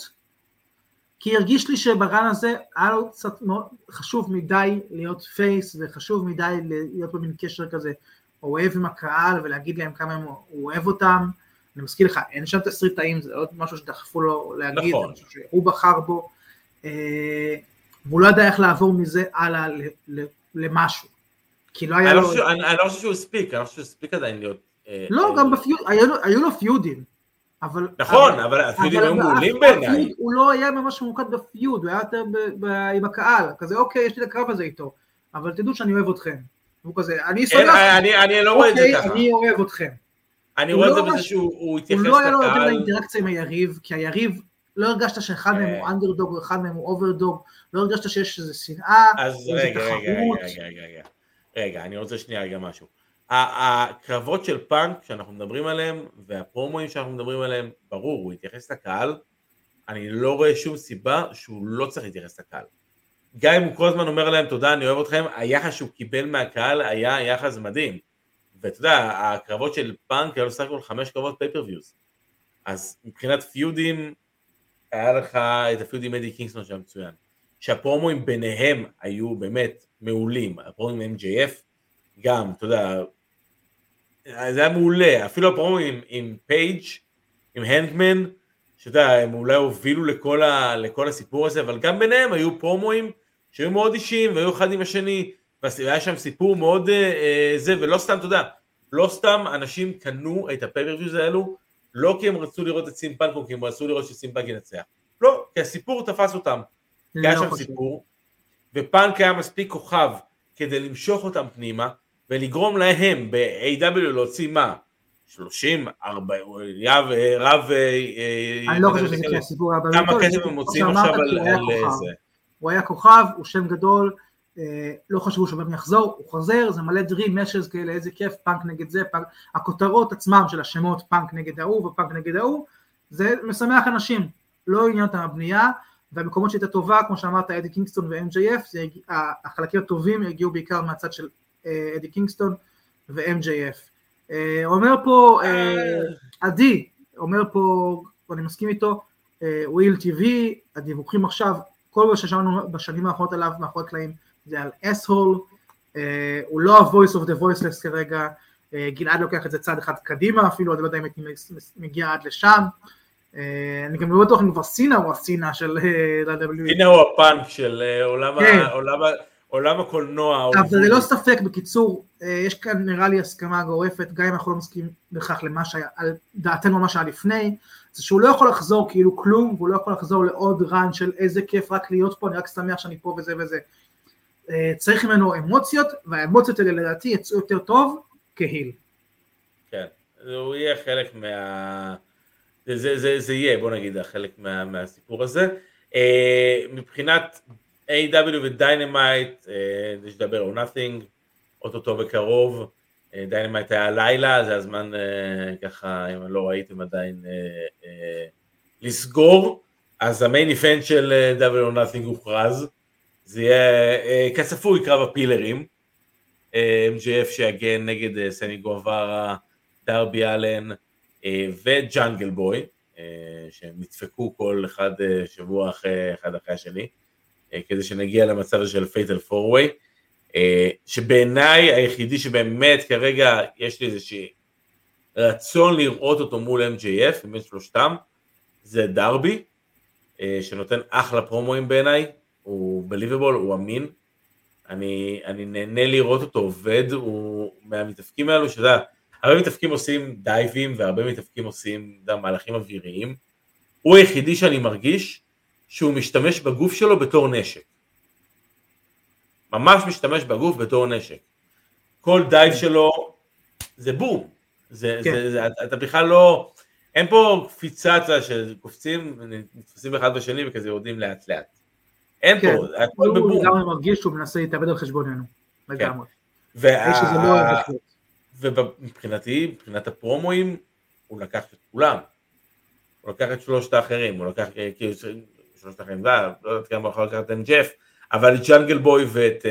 כי הרגיש לי שברן הזה היה לו קצת חשוב מדי להיות פייס, וחשוב מדי להיות במין קשר כזה, אוהב עם הקהל ולהגיד להם כמה הוא אוהב אותם, אני מזכיר לך, אין שם תסריטאים, זה עוד משהו שדחפו לו להגיד, נכון. שהוא בחר בו, והוא לא ידע איך לעבור מזה הלאה למשהו, כי לא היה לו... אני לא חושב שהוא הספיק, אני לא חושב שהוא הספיק עדיין להיות... לא, גם בפיוד, היו לו פיודים, אבל... נכון, אבל הפיודים היו מעולים בעיניי. הוא לא היה ממש ממוקד בפיוד, הוא היה יותר עם הקהל, כזה אוקיי, יש לי את הקרב הזה איתו, אבל תדעו שאני אוהב אתכם. הוא כזה, אני סולח, אני לא רואה את זה ככה. אני אוהב אתכם. אני רואה את זה בזה שהוא התייחס לקהל. הוא לא היה לו יותר לאינטראקציה עם היריב, כי היריב, לא הרגשת שאחד מהם הוא אנדרדוג, או אחד מהם הוא אוברדוג, לא הרגשת שיש איזו שנאה, אז רגע, רגע, רגע, רגע, רגע, אני רוצה שנייה רגע משהו. הקרבות של פאנק שאנחנו מדברים עליהם, והפרומואים שאנחנו מדברים עליהם, ברור, הוא התייחס לקהל, אני לא רואה שום סיבה שהוא לא צריך להתייחס לקהל. גם אם הוא כל הזמן אומר להם, תודה, אני אוהב אתכם, היחס שהוא קיבל מהקהל היה יחס מדהים. ואתה יודע, הקרבות של פאנק היה לו סך הכל חמש קרבות פייפרוויוז. אז מבחינת פיודים, היה לך את הפיודים אדי קינגסטון שהיה מצוין. שהפרומואים ביניהם היו באמת מעולים. הפרומואים עם אם ג'יי אף, גם, אתה יודע, זה היה מעולה. אפילו הפרומואים עם פייג', עם הנקמן, שאתה יודע, הם אולי הובילו לכל, ה, לכל הסיפור הזה, אבל גם ביניהם היו פרומואים שהיו מאוד אישיים, והיו אחד עם השני, והיה שם סיפור מאוד אה, זה, ולא סתם, אתה יודע, לא סתם אנשים קנו את הפייפרוויוז האלו, לא כי הם רצו לראות את סים פאנק, או כי הם רצו לראות שסים פאנק ינצח. לא, כי הסיפור תפס אותם. כי היה שם סיפור, ופאנק היה מספיק כוכב, כדי למשוך אותם פנימה, ולגרום להם ב-איי דאבליו להוציא מה? שלושים, ארבעים, רב... אני לא חושב שזה הסיפור. כמה כסף הם מוצאים עכשיו על זה. הוא היה כוכב, הוא שם גדול, לא חשבו שבאמת יחזור, הוא חוזר, זה מלא דרים, משז כאלה, איזה כיף, פאנק נגד זה, פאנק, הכותרות עצמם של השמות, פאנק נגד ההוא ופאנק נגד ההוא, זה משמח אנשים, לא עניין אותם הבנייה, והמקומות שהייתה טובה, כמו שאמרת, אדי קינגסטון ו-אם ג'יי אף, החלקים הטובים יגיעו בעיקר מהצד של אדי קינגסטון ו-אם ג'יי אף. אומר פה, עדי, אומר פה, ואני מסכים איתו, וויל טי וי, הדיווחים עכשיו, כל מה ששמענו בשנים האחרונות עליו, מאחורי הקלעים, זה על אס-הול, הוא לא ה-voice of the voiceless כרגע, גלעד לוקח את זה צעד אחד קדימה אפילו, אני לא יודע אם הייתי מגיע עד לשם, אני גם לא בטוח אם כבר סינה הוא הסינה של ה-דאבליו דאבליו אי. סינה הוא הפאנק של עולם הקולנוע. אבל זה לא ספק, בקיצור, יש כאן נראה לי הסכמה גורפת, גם אם אנחנו לא מסכים בכך למה שהיה, על דעתנו מה שהיה לפני, זה שהוא לא יכול לחזור כאילו כלום, והוא לא יכול לחזור לעוד רן של איזה כיף רק להיות פה, אני רק שמח שאני פה וזה וזה. צריך ממנו אמוציות, והאמוציות האלה לדעתי יצאו יותר טוב כהיל. כן, הוא יהיה חלק מה... זה, זה, זה יהיה, בוא נגיד, חלק מה, מהסיפור הזה. מבחינת איי דאבליו ודיינמייט, יש לדבר או nothing, אוטוטו בקרוב, דיינמייט היה לילה, זה הזמן ככה, אם לא ראיתם עדיין, לסגור, אז המיין איפנט של דאבל או nothing הוכרז, זה יהיה כצפוי קרב הפילרים, אם ג'יי אף שיגן נגד סני גואברה, דרבי אלן וג'אנגל בוי, שהם נדפקו כל אחד שבוע אחרי אחד אחרי השני, כדי שנגיע למצב של פייטל פור-ווי, שבעיניי היחידי שבאמת כרגע יש לי איזושהי רצון לראות אותו מול אם ג'יי אף, עם שלושתם, זה דרבי, שנותן אחלה פרומואים בעיניי, הוא בליברבול, הוא אמין, אני, אני נהנה לראות אותו עובד, הוא מהמתאפקים האלו, שאתה יודע, הרבה מתאפקים עושים דייבים, והרבה מתאפקים עושים דה, מהלכים אוויריים, הוא היחידי שאני מרגיש, שהוא משתמש בגוף שלו בתור נשק, ממש משתמש בגוף בתור נשק, כל דייב שלו, זה בום, זה, כן. זה, זה, אתה בכלל לא, אין פה קפיצה שקופצים, נתפסים אחד בשני, וכזה יורדים לאט לאט, אין פה, הכל בבום. הוא לגמרי מרגיש שהוא מנסה להתאבד על חשבוננו, לגמרי. ומבחינתי, מבחינת הפרומואים, הוא לקח את כולם, הוא לקח את שלושת האחרים, הוא לקח, כאילו, שלושת האחרים, לא יודעת כמה יכול לקחת את ג'ף, אבל את ג'אנגל בוי ואת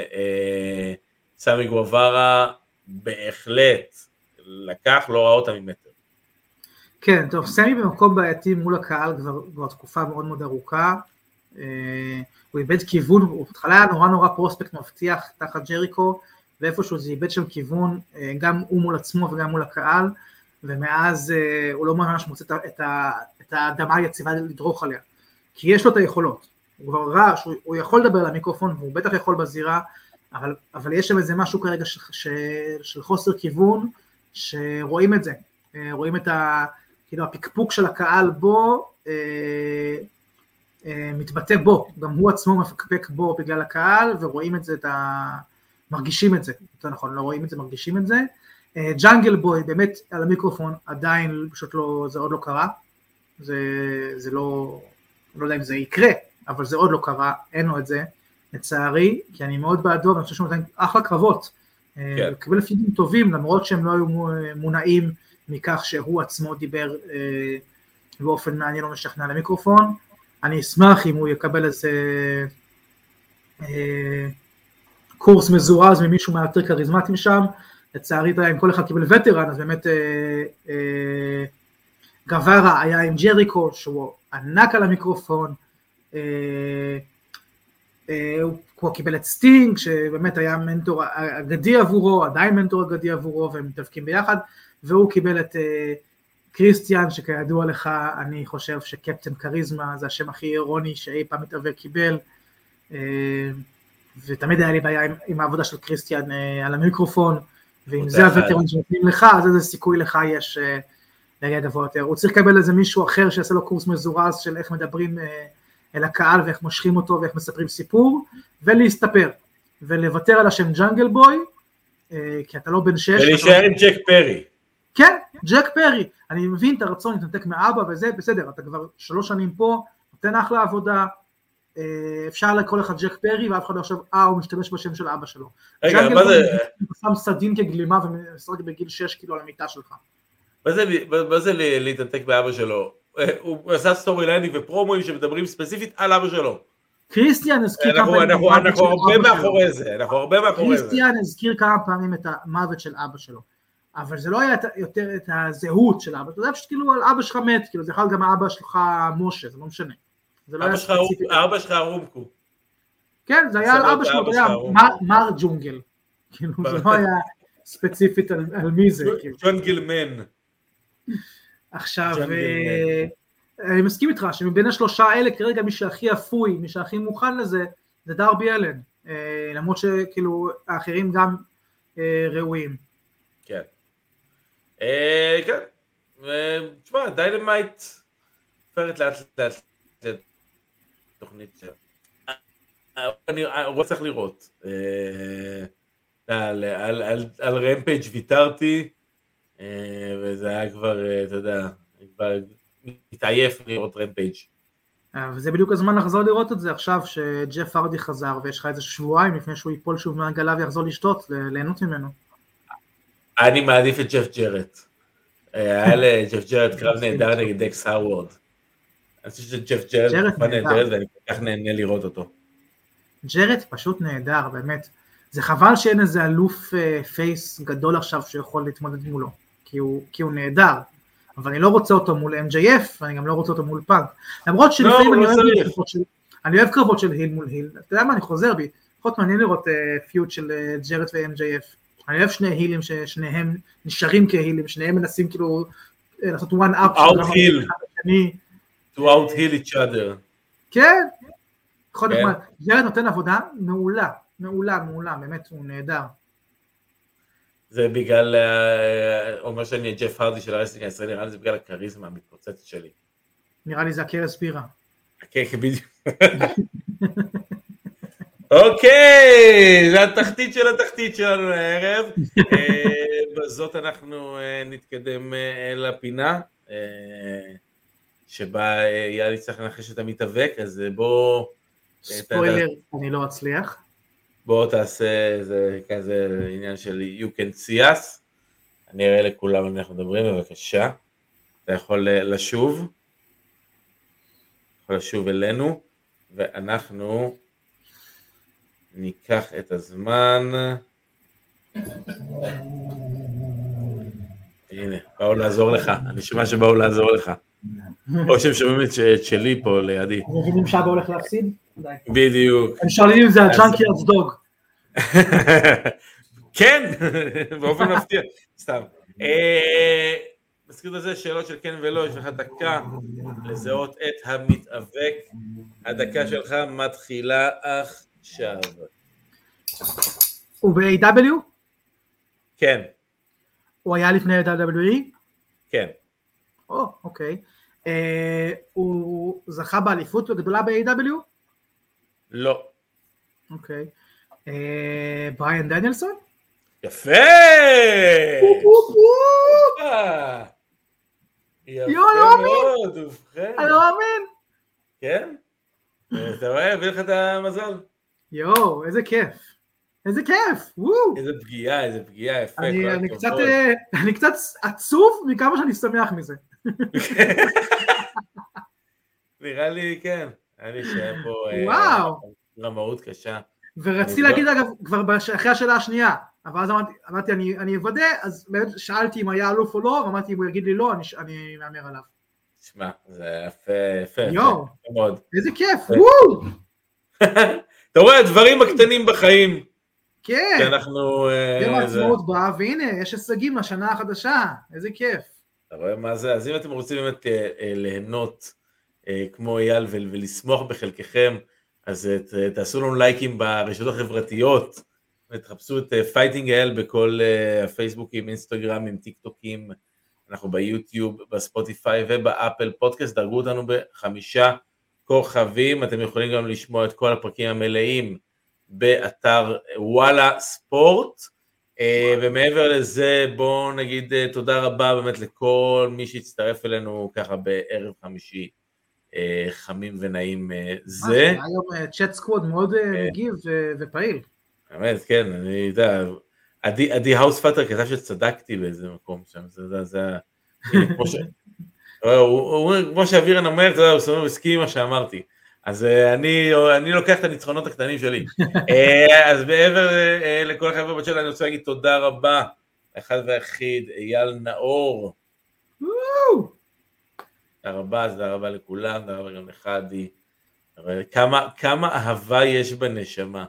סמי גואברה, בהחלט לקח, לא ראה אותם ממטר. כן, טוב, סמי במקום בעייתי מול הקהל כבר תקופה מאוד מאוד ארוכה, הוא איבד כיוון, הוא התחלה היה נורא נורא פרוספקט מבטיח תחת ג'ריקו, ואיפשהו זה איבד שם כיוון, גם הוא מול עצמו וגם מול הקהל, ומאז הוא לא ממש מוצא את, ה, את האדמה היציבה לדרוך עליה, כי יש לו את היכולות, הוא כבר רע, שהוא, הוא יכול לדבר למיקרופון, והוא בטח יכול בזירה, אבל, אבל יש שם איזה משהו כרגע ש, ש, של חוסר כיוון, שרואים את זה, רואים את ה, כאילו, הפקפוק של הקהל בו, אה, אה, מתבטא בו, גם הוא עצמו מפקפק בו בגלל הקהל, ורואים את זה, את ה, מרגישים את זה, יותר נכון, לא רואים את זה, מרגישים את זה, ג'אנגל בוי, באמת על המיקרופון, עדיין פשוט לא, זה עוד לא קרה, זה, זה לא, לא יודע אם זה יקרה, אבל זה עוד לא קרה, אין לו את זה, לצערי, כי אני מאוד בעדו, ואני חושב שהוא נותן אחלה קרבות, כן. לקבל פידים טובים, למרות שהם לא היו מונעים מכך שהוא עצמו דיבר אה, באופן מעניין או משכנע למיקרופון, אני אשמח אם הוא יקבל איזה אה, קורס מזורז ממישהו מהיותר כריזמטיים שם, לצערי אם כל אחד קיבל וטרן, אז באמת אה, אה, גווארה היה עם ג'ריקו, שהוא ענק על המיקרופון, אה, אה, הוא, הוא קיבל את סטינג, שבאמת היה מנטור אגדי עבורו, עדיין מנטור אגדי עבורו, והם מתאבקים ביחד, והוא קיבל את אה, קריסטיאן, שכידוע לך, אני חושב שקפטן קריזמה, זה השם הכי אירוני שאי פעם מתאבק קיבל, אה, ותמיד היה לי בעיה עם, עם העבודה של קריסטיאן אה, על המיקרופון, ואם זה הווטרן שנותנים לך, אז איזה סיכוי לך יש אה, להגיע גבוה יותר. הוא צריך לקבל איזה מישהו אחר שיעשה לו קורס מזורז של איך מדברים אה, אל הקהל, ואיך מושכים אותו, ואיך מספרים סיפור, ולהסתפר, ולוותר על השם ג'אנגל בוי, אה, כי אתה לא בן שש. ולהישאר עם ג'ק פרי. כן, ג'ק פרי. אני מבין את הרצון, להתנתק מאבא וזה, בסדר, אתה כבר שלוש שנים פה, נותן אחלה עבודה, אפשר לקרוא לך ג'ק פרי, ואף אחד לא חושב, אה, הוא משתמש בשם של אבא שלו. רגע, מה זה? הוא שם סדין כגלימה, ומשחק בגיל שש כאילו על המיטה שלך. מה זה להתנתק מאבא שלו? הוא עשה סטורי ליינינג ופרומואים שמדברים ספציפית על אבא שלו. קריסטיאן הזכיר כמה פעמים... אנחנו הרבה מאחורי זה, אנחנו הרבה מאחורי זה. קריסטיאן הזכיר כמה פעמים את המוות של אבא שלו. אבל זה לא היה יותר את הזהות של אבא, אתה יודע פשוט כאילו על אבא שלך מת, כאילו זה יכול גם האבא שלך משה, זה לא משנה. אבא שלך הרומקו. כן, זה היה על אבא שלו, זה היה מר ג'ונגל, כאילו זה לא היה ספציפית על מי זה. ג'ונגל מן. עכשיו, אני מסכים איתך שמבין השלושה האלה כרגע מי שהכי אפוי, מי שהכי מוכן לזה, זה דרבי אלן, למרות שכאילו האחרים גם ראויים. כן. כן. תשמע, דיינמייט פרט לאט לאט תוכנית ש... אני רוצה צריך לראות. על רמפייג' ויתרתי, וזה היה כבר, אתה יודע, כבר מתעייף לראות רמפייג'. וזה בדיוק הזמן לחזור לראות את זה עכשיו שג'ף הרדי חזר, ויש לך איזה שבועיים לפני שהוא ייפול שוב מהגלה ויחזור לשתות, ליהנות ממנו. אני מעדיף את ג'ף ג'רט. היה לג'ף ג'רט קרב נהדר נגד דקס האוורד. אני חושב שג'ף ג'רט נהדר ואני כל כך נהנה לראות אותו. ג'רט פשוט נהדר, באמת. זה חבל שאין איזה אלוף פייס גדול עכשיו שיכול להתמודד מולו, כי הוא, כי הוא נהדר. אבל אני לא רוצה אותו מול אם ג'יי אף, ואני גם לא רוצה אותו מול פאנק. למרות שלפעמים אני, אני אוהב קרבות של היל מול היל. אתה יודע מה, אני חוזר בי. לפחות מעניין לראות פיוט של ג'רט ו-אם ג'יי אף. אני אוהב שני הילים ששניהם נשארים כהילים, שניהם מנסים כאילו לעשות one up. out heal. to out heal each other. כן. יכול להיות, ג'רט נותן עבודה מעולה, מעולה, מעולה, באמת הוא נהדר. זה בגלל, אומר שאני ג'ף הרדי של הרסטינג הישראלי, נראה לי זה בגלל הקריזמה המתפוצצת שלי. נראה לי זה הקרס בירה. כן, בדיוק. אוקיי, זה התחתית של התחתית שלנו הערב. בזאת אנחנו נתקדם לפינה, שבה יאללה צריך לנחש את המתאבק, אז בוא... ספוילר, אני לא אצליח. בוא תעשה איזה כזה עניין של you can see us, אני אראה לכולם אם אנחנו מדברים, בבקשה, אתה יכול לשוב, יכול לשוב אלינו, ואנחנו ניקח את הזמן, הנה, באו לעזור לך, אני שומע שבאו לעזור לך, או שהם שומעים את שלי פה לידי. אני מבינים שאבא הולך להפסיד? בדיוק. הם שואלים אם זה הג'אנקיארדס דוג. כן, באופן מפתיע, סתם. בסקריפט הזה שאלות של כן ולא, יש לך דקה לזהות את המתאבק. הדקה שלך מתחילה עכשיו. הוא ב-איי דאבליו? כן. הוא היה לפני דאבליו דאבליו אי? כן. או, אוקיי. אה, הוא זכה באליפות גדולה ב-איי דאבליו? לא. אוקיי. אה, בריאן דניאלסון? יפה! יפה מאוד, ובכן. אני לא מאמין. כן? אתה רואה, הביא לך את המזל. יואו, איזה כיף. איזה כיף, וואו. איזה פגיעה, איזה פגיעה, יפה. אני, אני, קצת, אני קצת עצוב מכמה שאני שמח מזה. נראה לי, כן. אני שהיה פה רמאות קשה. ורציתי להגיד, אגב, כבר אחרי השאלה השנייה, אבל אז אמרתי, אמרתי אני, אני אוודא, אז באמת שאלתי אם היה אלוף או לא, ואמרתי אם הוא יגיד לי לא, אני, אני מאמר עליו. תשמע, זה יפה, יפה. יואו, מאוד. איזה כיף, וואו. אתה רואה, הדברים הקטנים בחיים. כן. שאנחנו... יום העצמאות בא, והנה, יש הישגים לשנה החדשה, איזה כיף. אתה רואה מה זה? אז אם אתם רוצים באמת ליהנות כמו אייל ולשמוח בחלקכם, אז תעשו לנו לייקים ברשתות החברתיות, ותחפשו את פייטינג אייל בכל הפייסבוקים, אינסטגרמים, טיק טוקים, אנחנו ביוטיוב, בספוטיפיי ובאפל פודקאסט, דרגו אותנו בחמישה כוכבים, אתם יכולים גם לשמוע את כל הפרקים המלאים באתר וואלה ספורט, ומעבר לזה בואו נגיד תודה רבה באמת לכל מי שהצטרף אלינו ככה בערב חמישי, חמים ונעים זה. היום צ'אט סקווד מאוד מגיב ופעיל. באמת, כן, אני יודע, עדי האוס פאטר כתב שצדקתי באיזה מקום שם, זה, זה, כמו שאווירן אומר, אתה יודע, הוא הסכים מה שאמרתי, אז אני, אני לוקח את הניצחונות הקטנים שלי. אז מעבר לכל החבר'ה בצ'אט, אני רוצה להגיד תודה רבה, אחד והיחיד, אייל נאור. תודה רבה, תודה רבה לכולם, תודה רבה גם לך עדי. כמה, כמה אהבה יש בנשמה.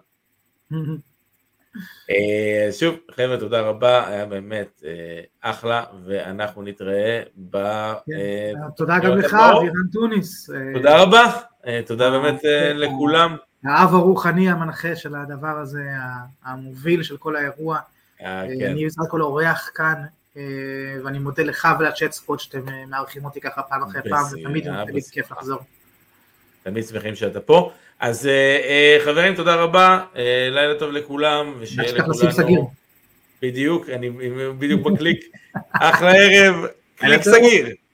שוב, חבר'ה, תודה רבה, היה באמת אחלה, ואנחנו נתראה ב... תודה גם לך, אבירן טוניס. תודה רבה, תודה באמת לכולם. האב הרוחני המנחה של הדבר הזה, המוביל של כל האירוע. אני בסך הכל אורח כאן, ואני מודה לך ולצ'אט ספוט שאתם מארחים אותי ככה פעם אחרי פעם, ותמיד תמיד כיף לחזור. תמיד שמחים שאתה פה. אז חברים, תודה רבה, לילה טוב לכולם, ושיהיה לכולנו, בדיוק, אני בדיוק בקליק, אחלה ערב, קליק סגיר.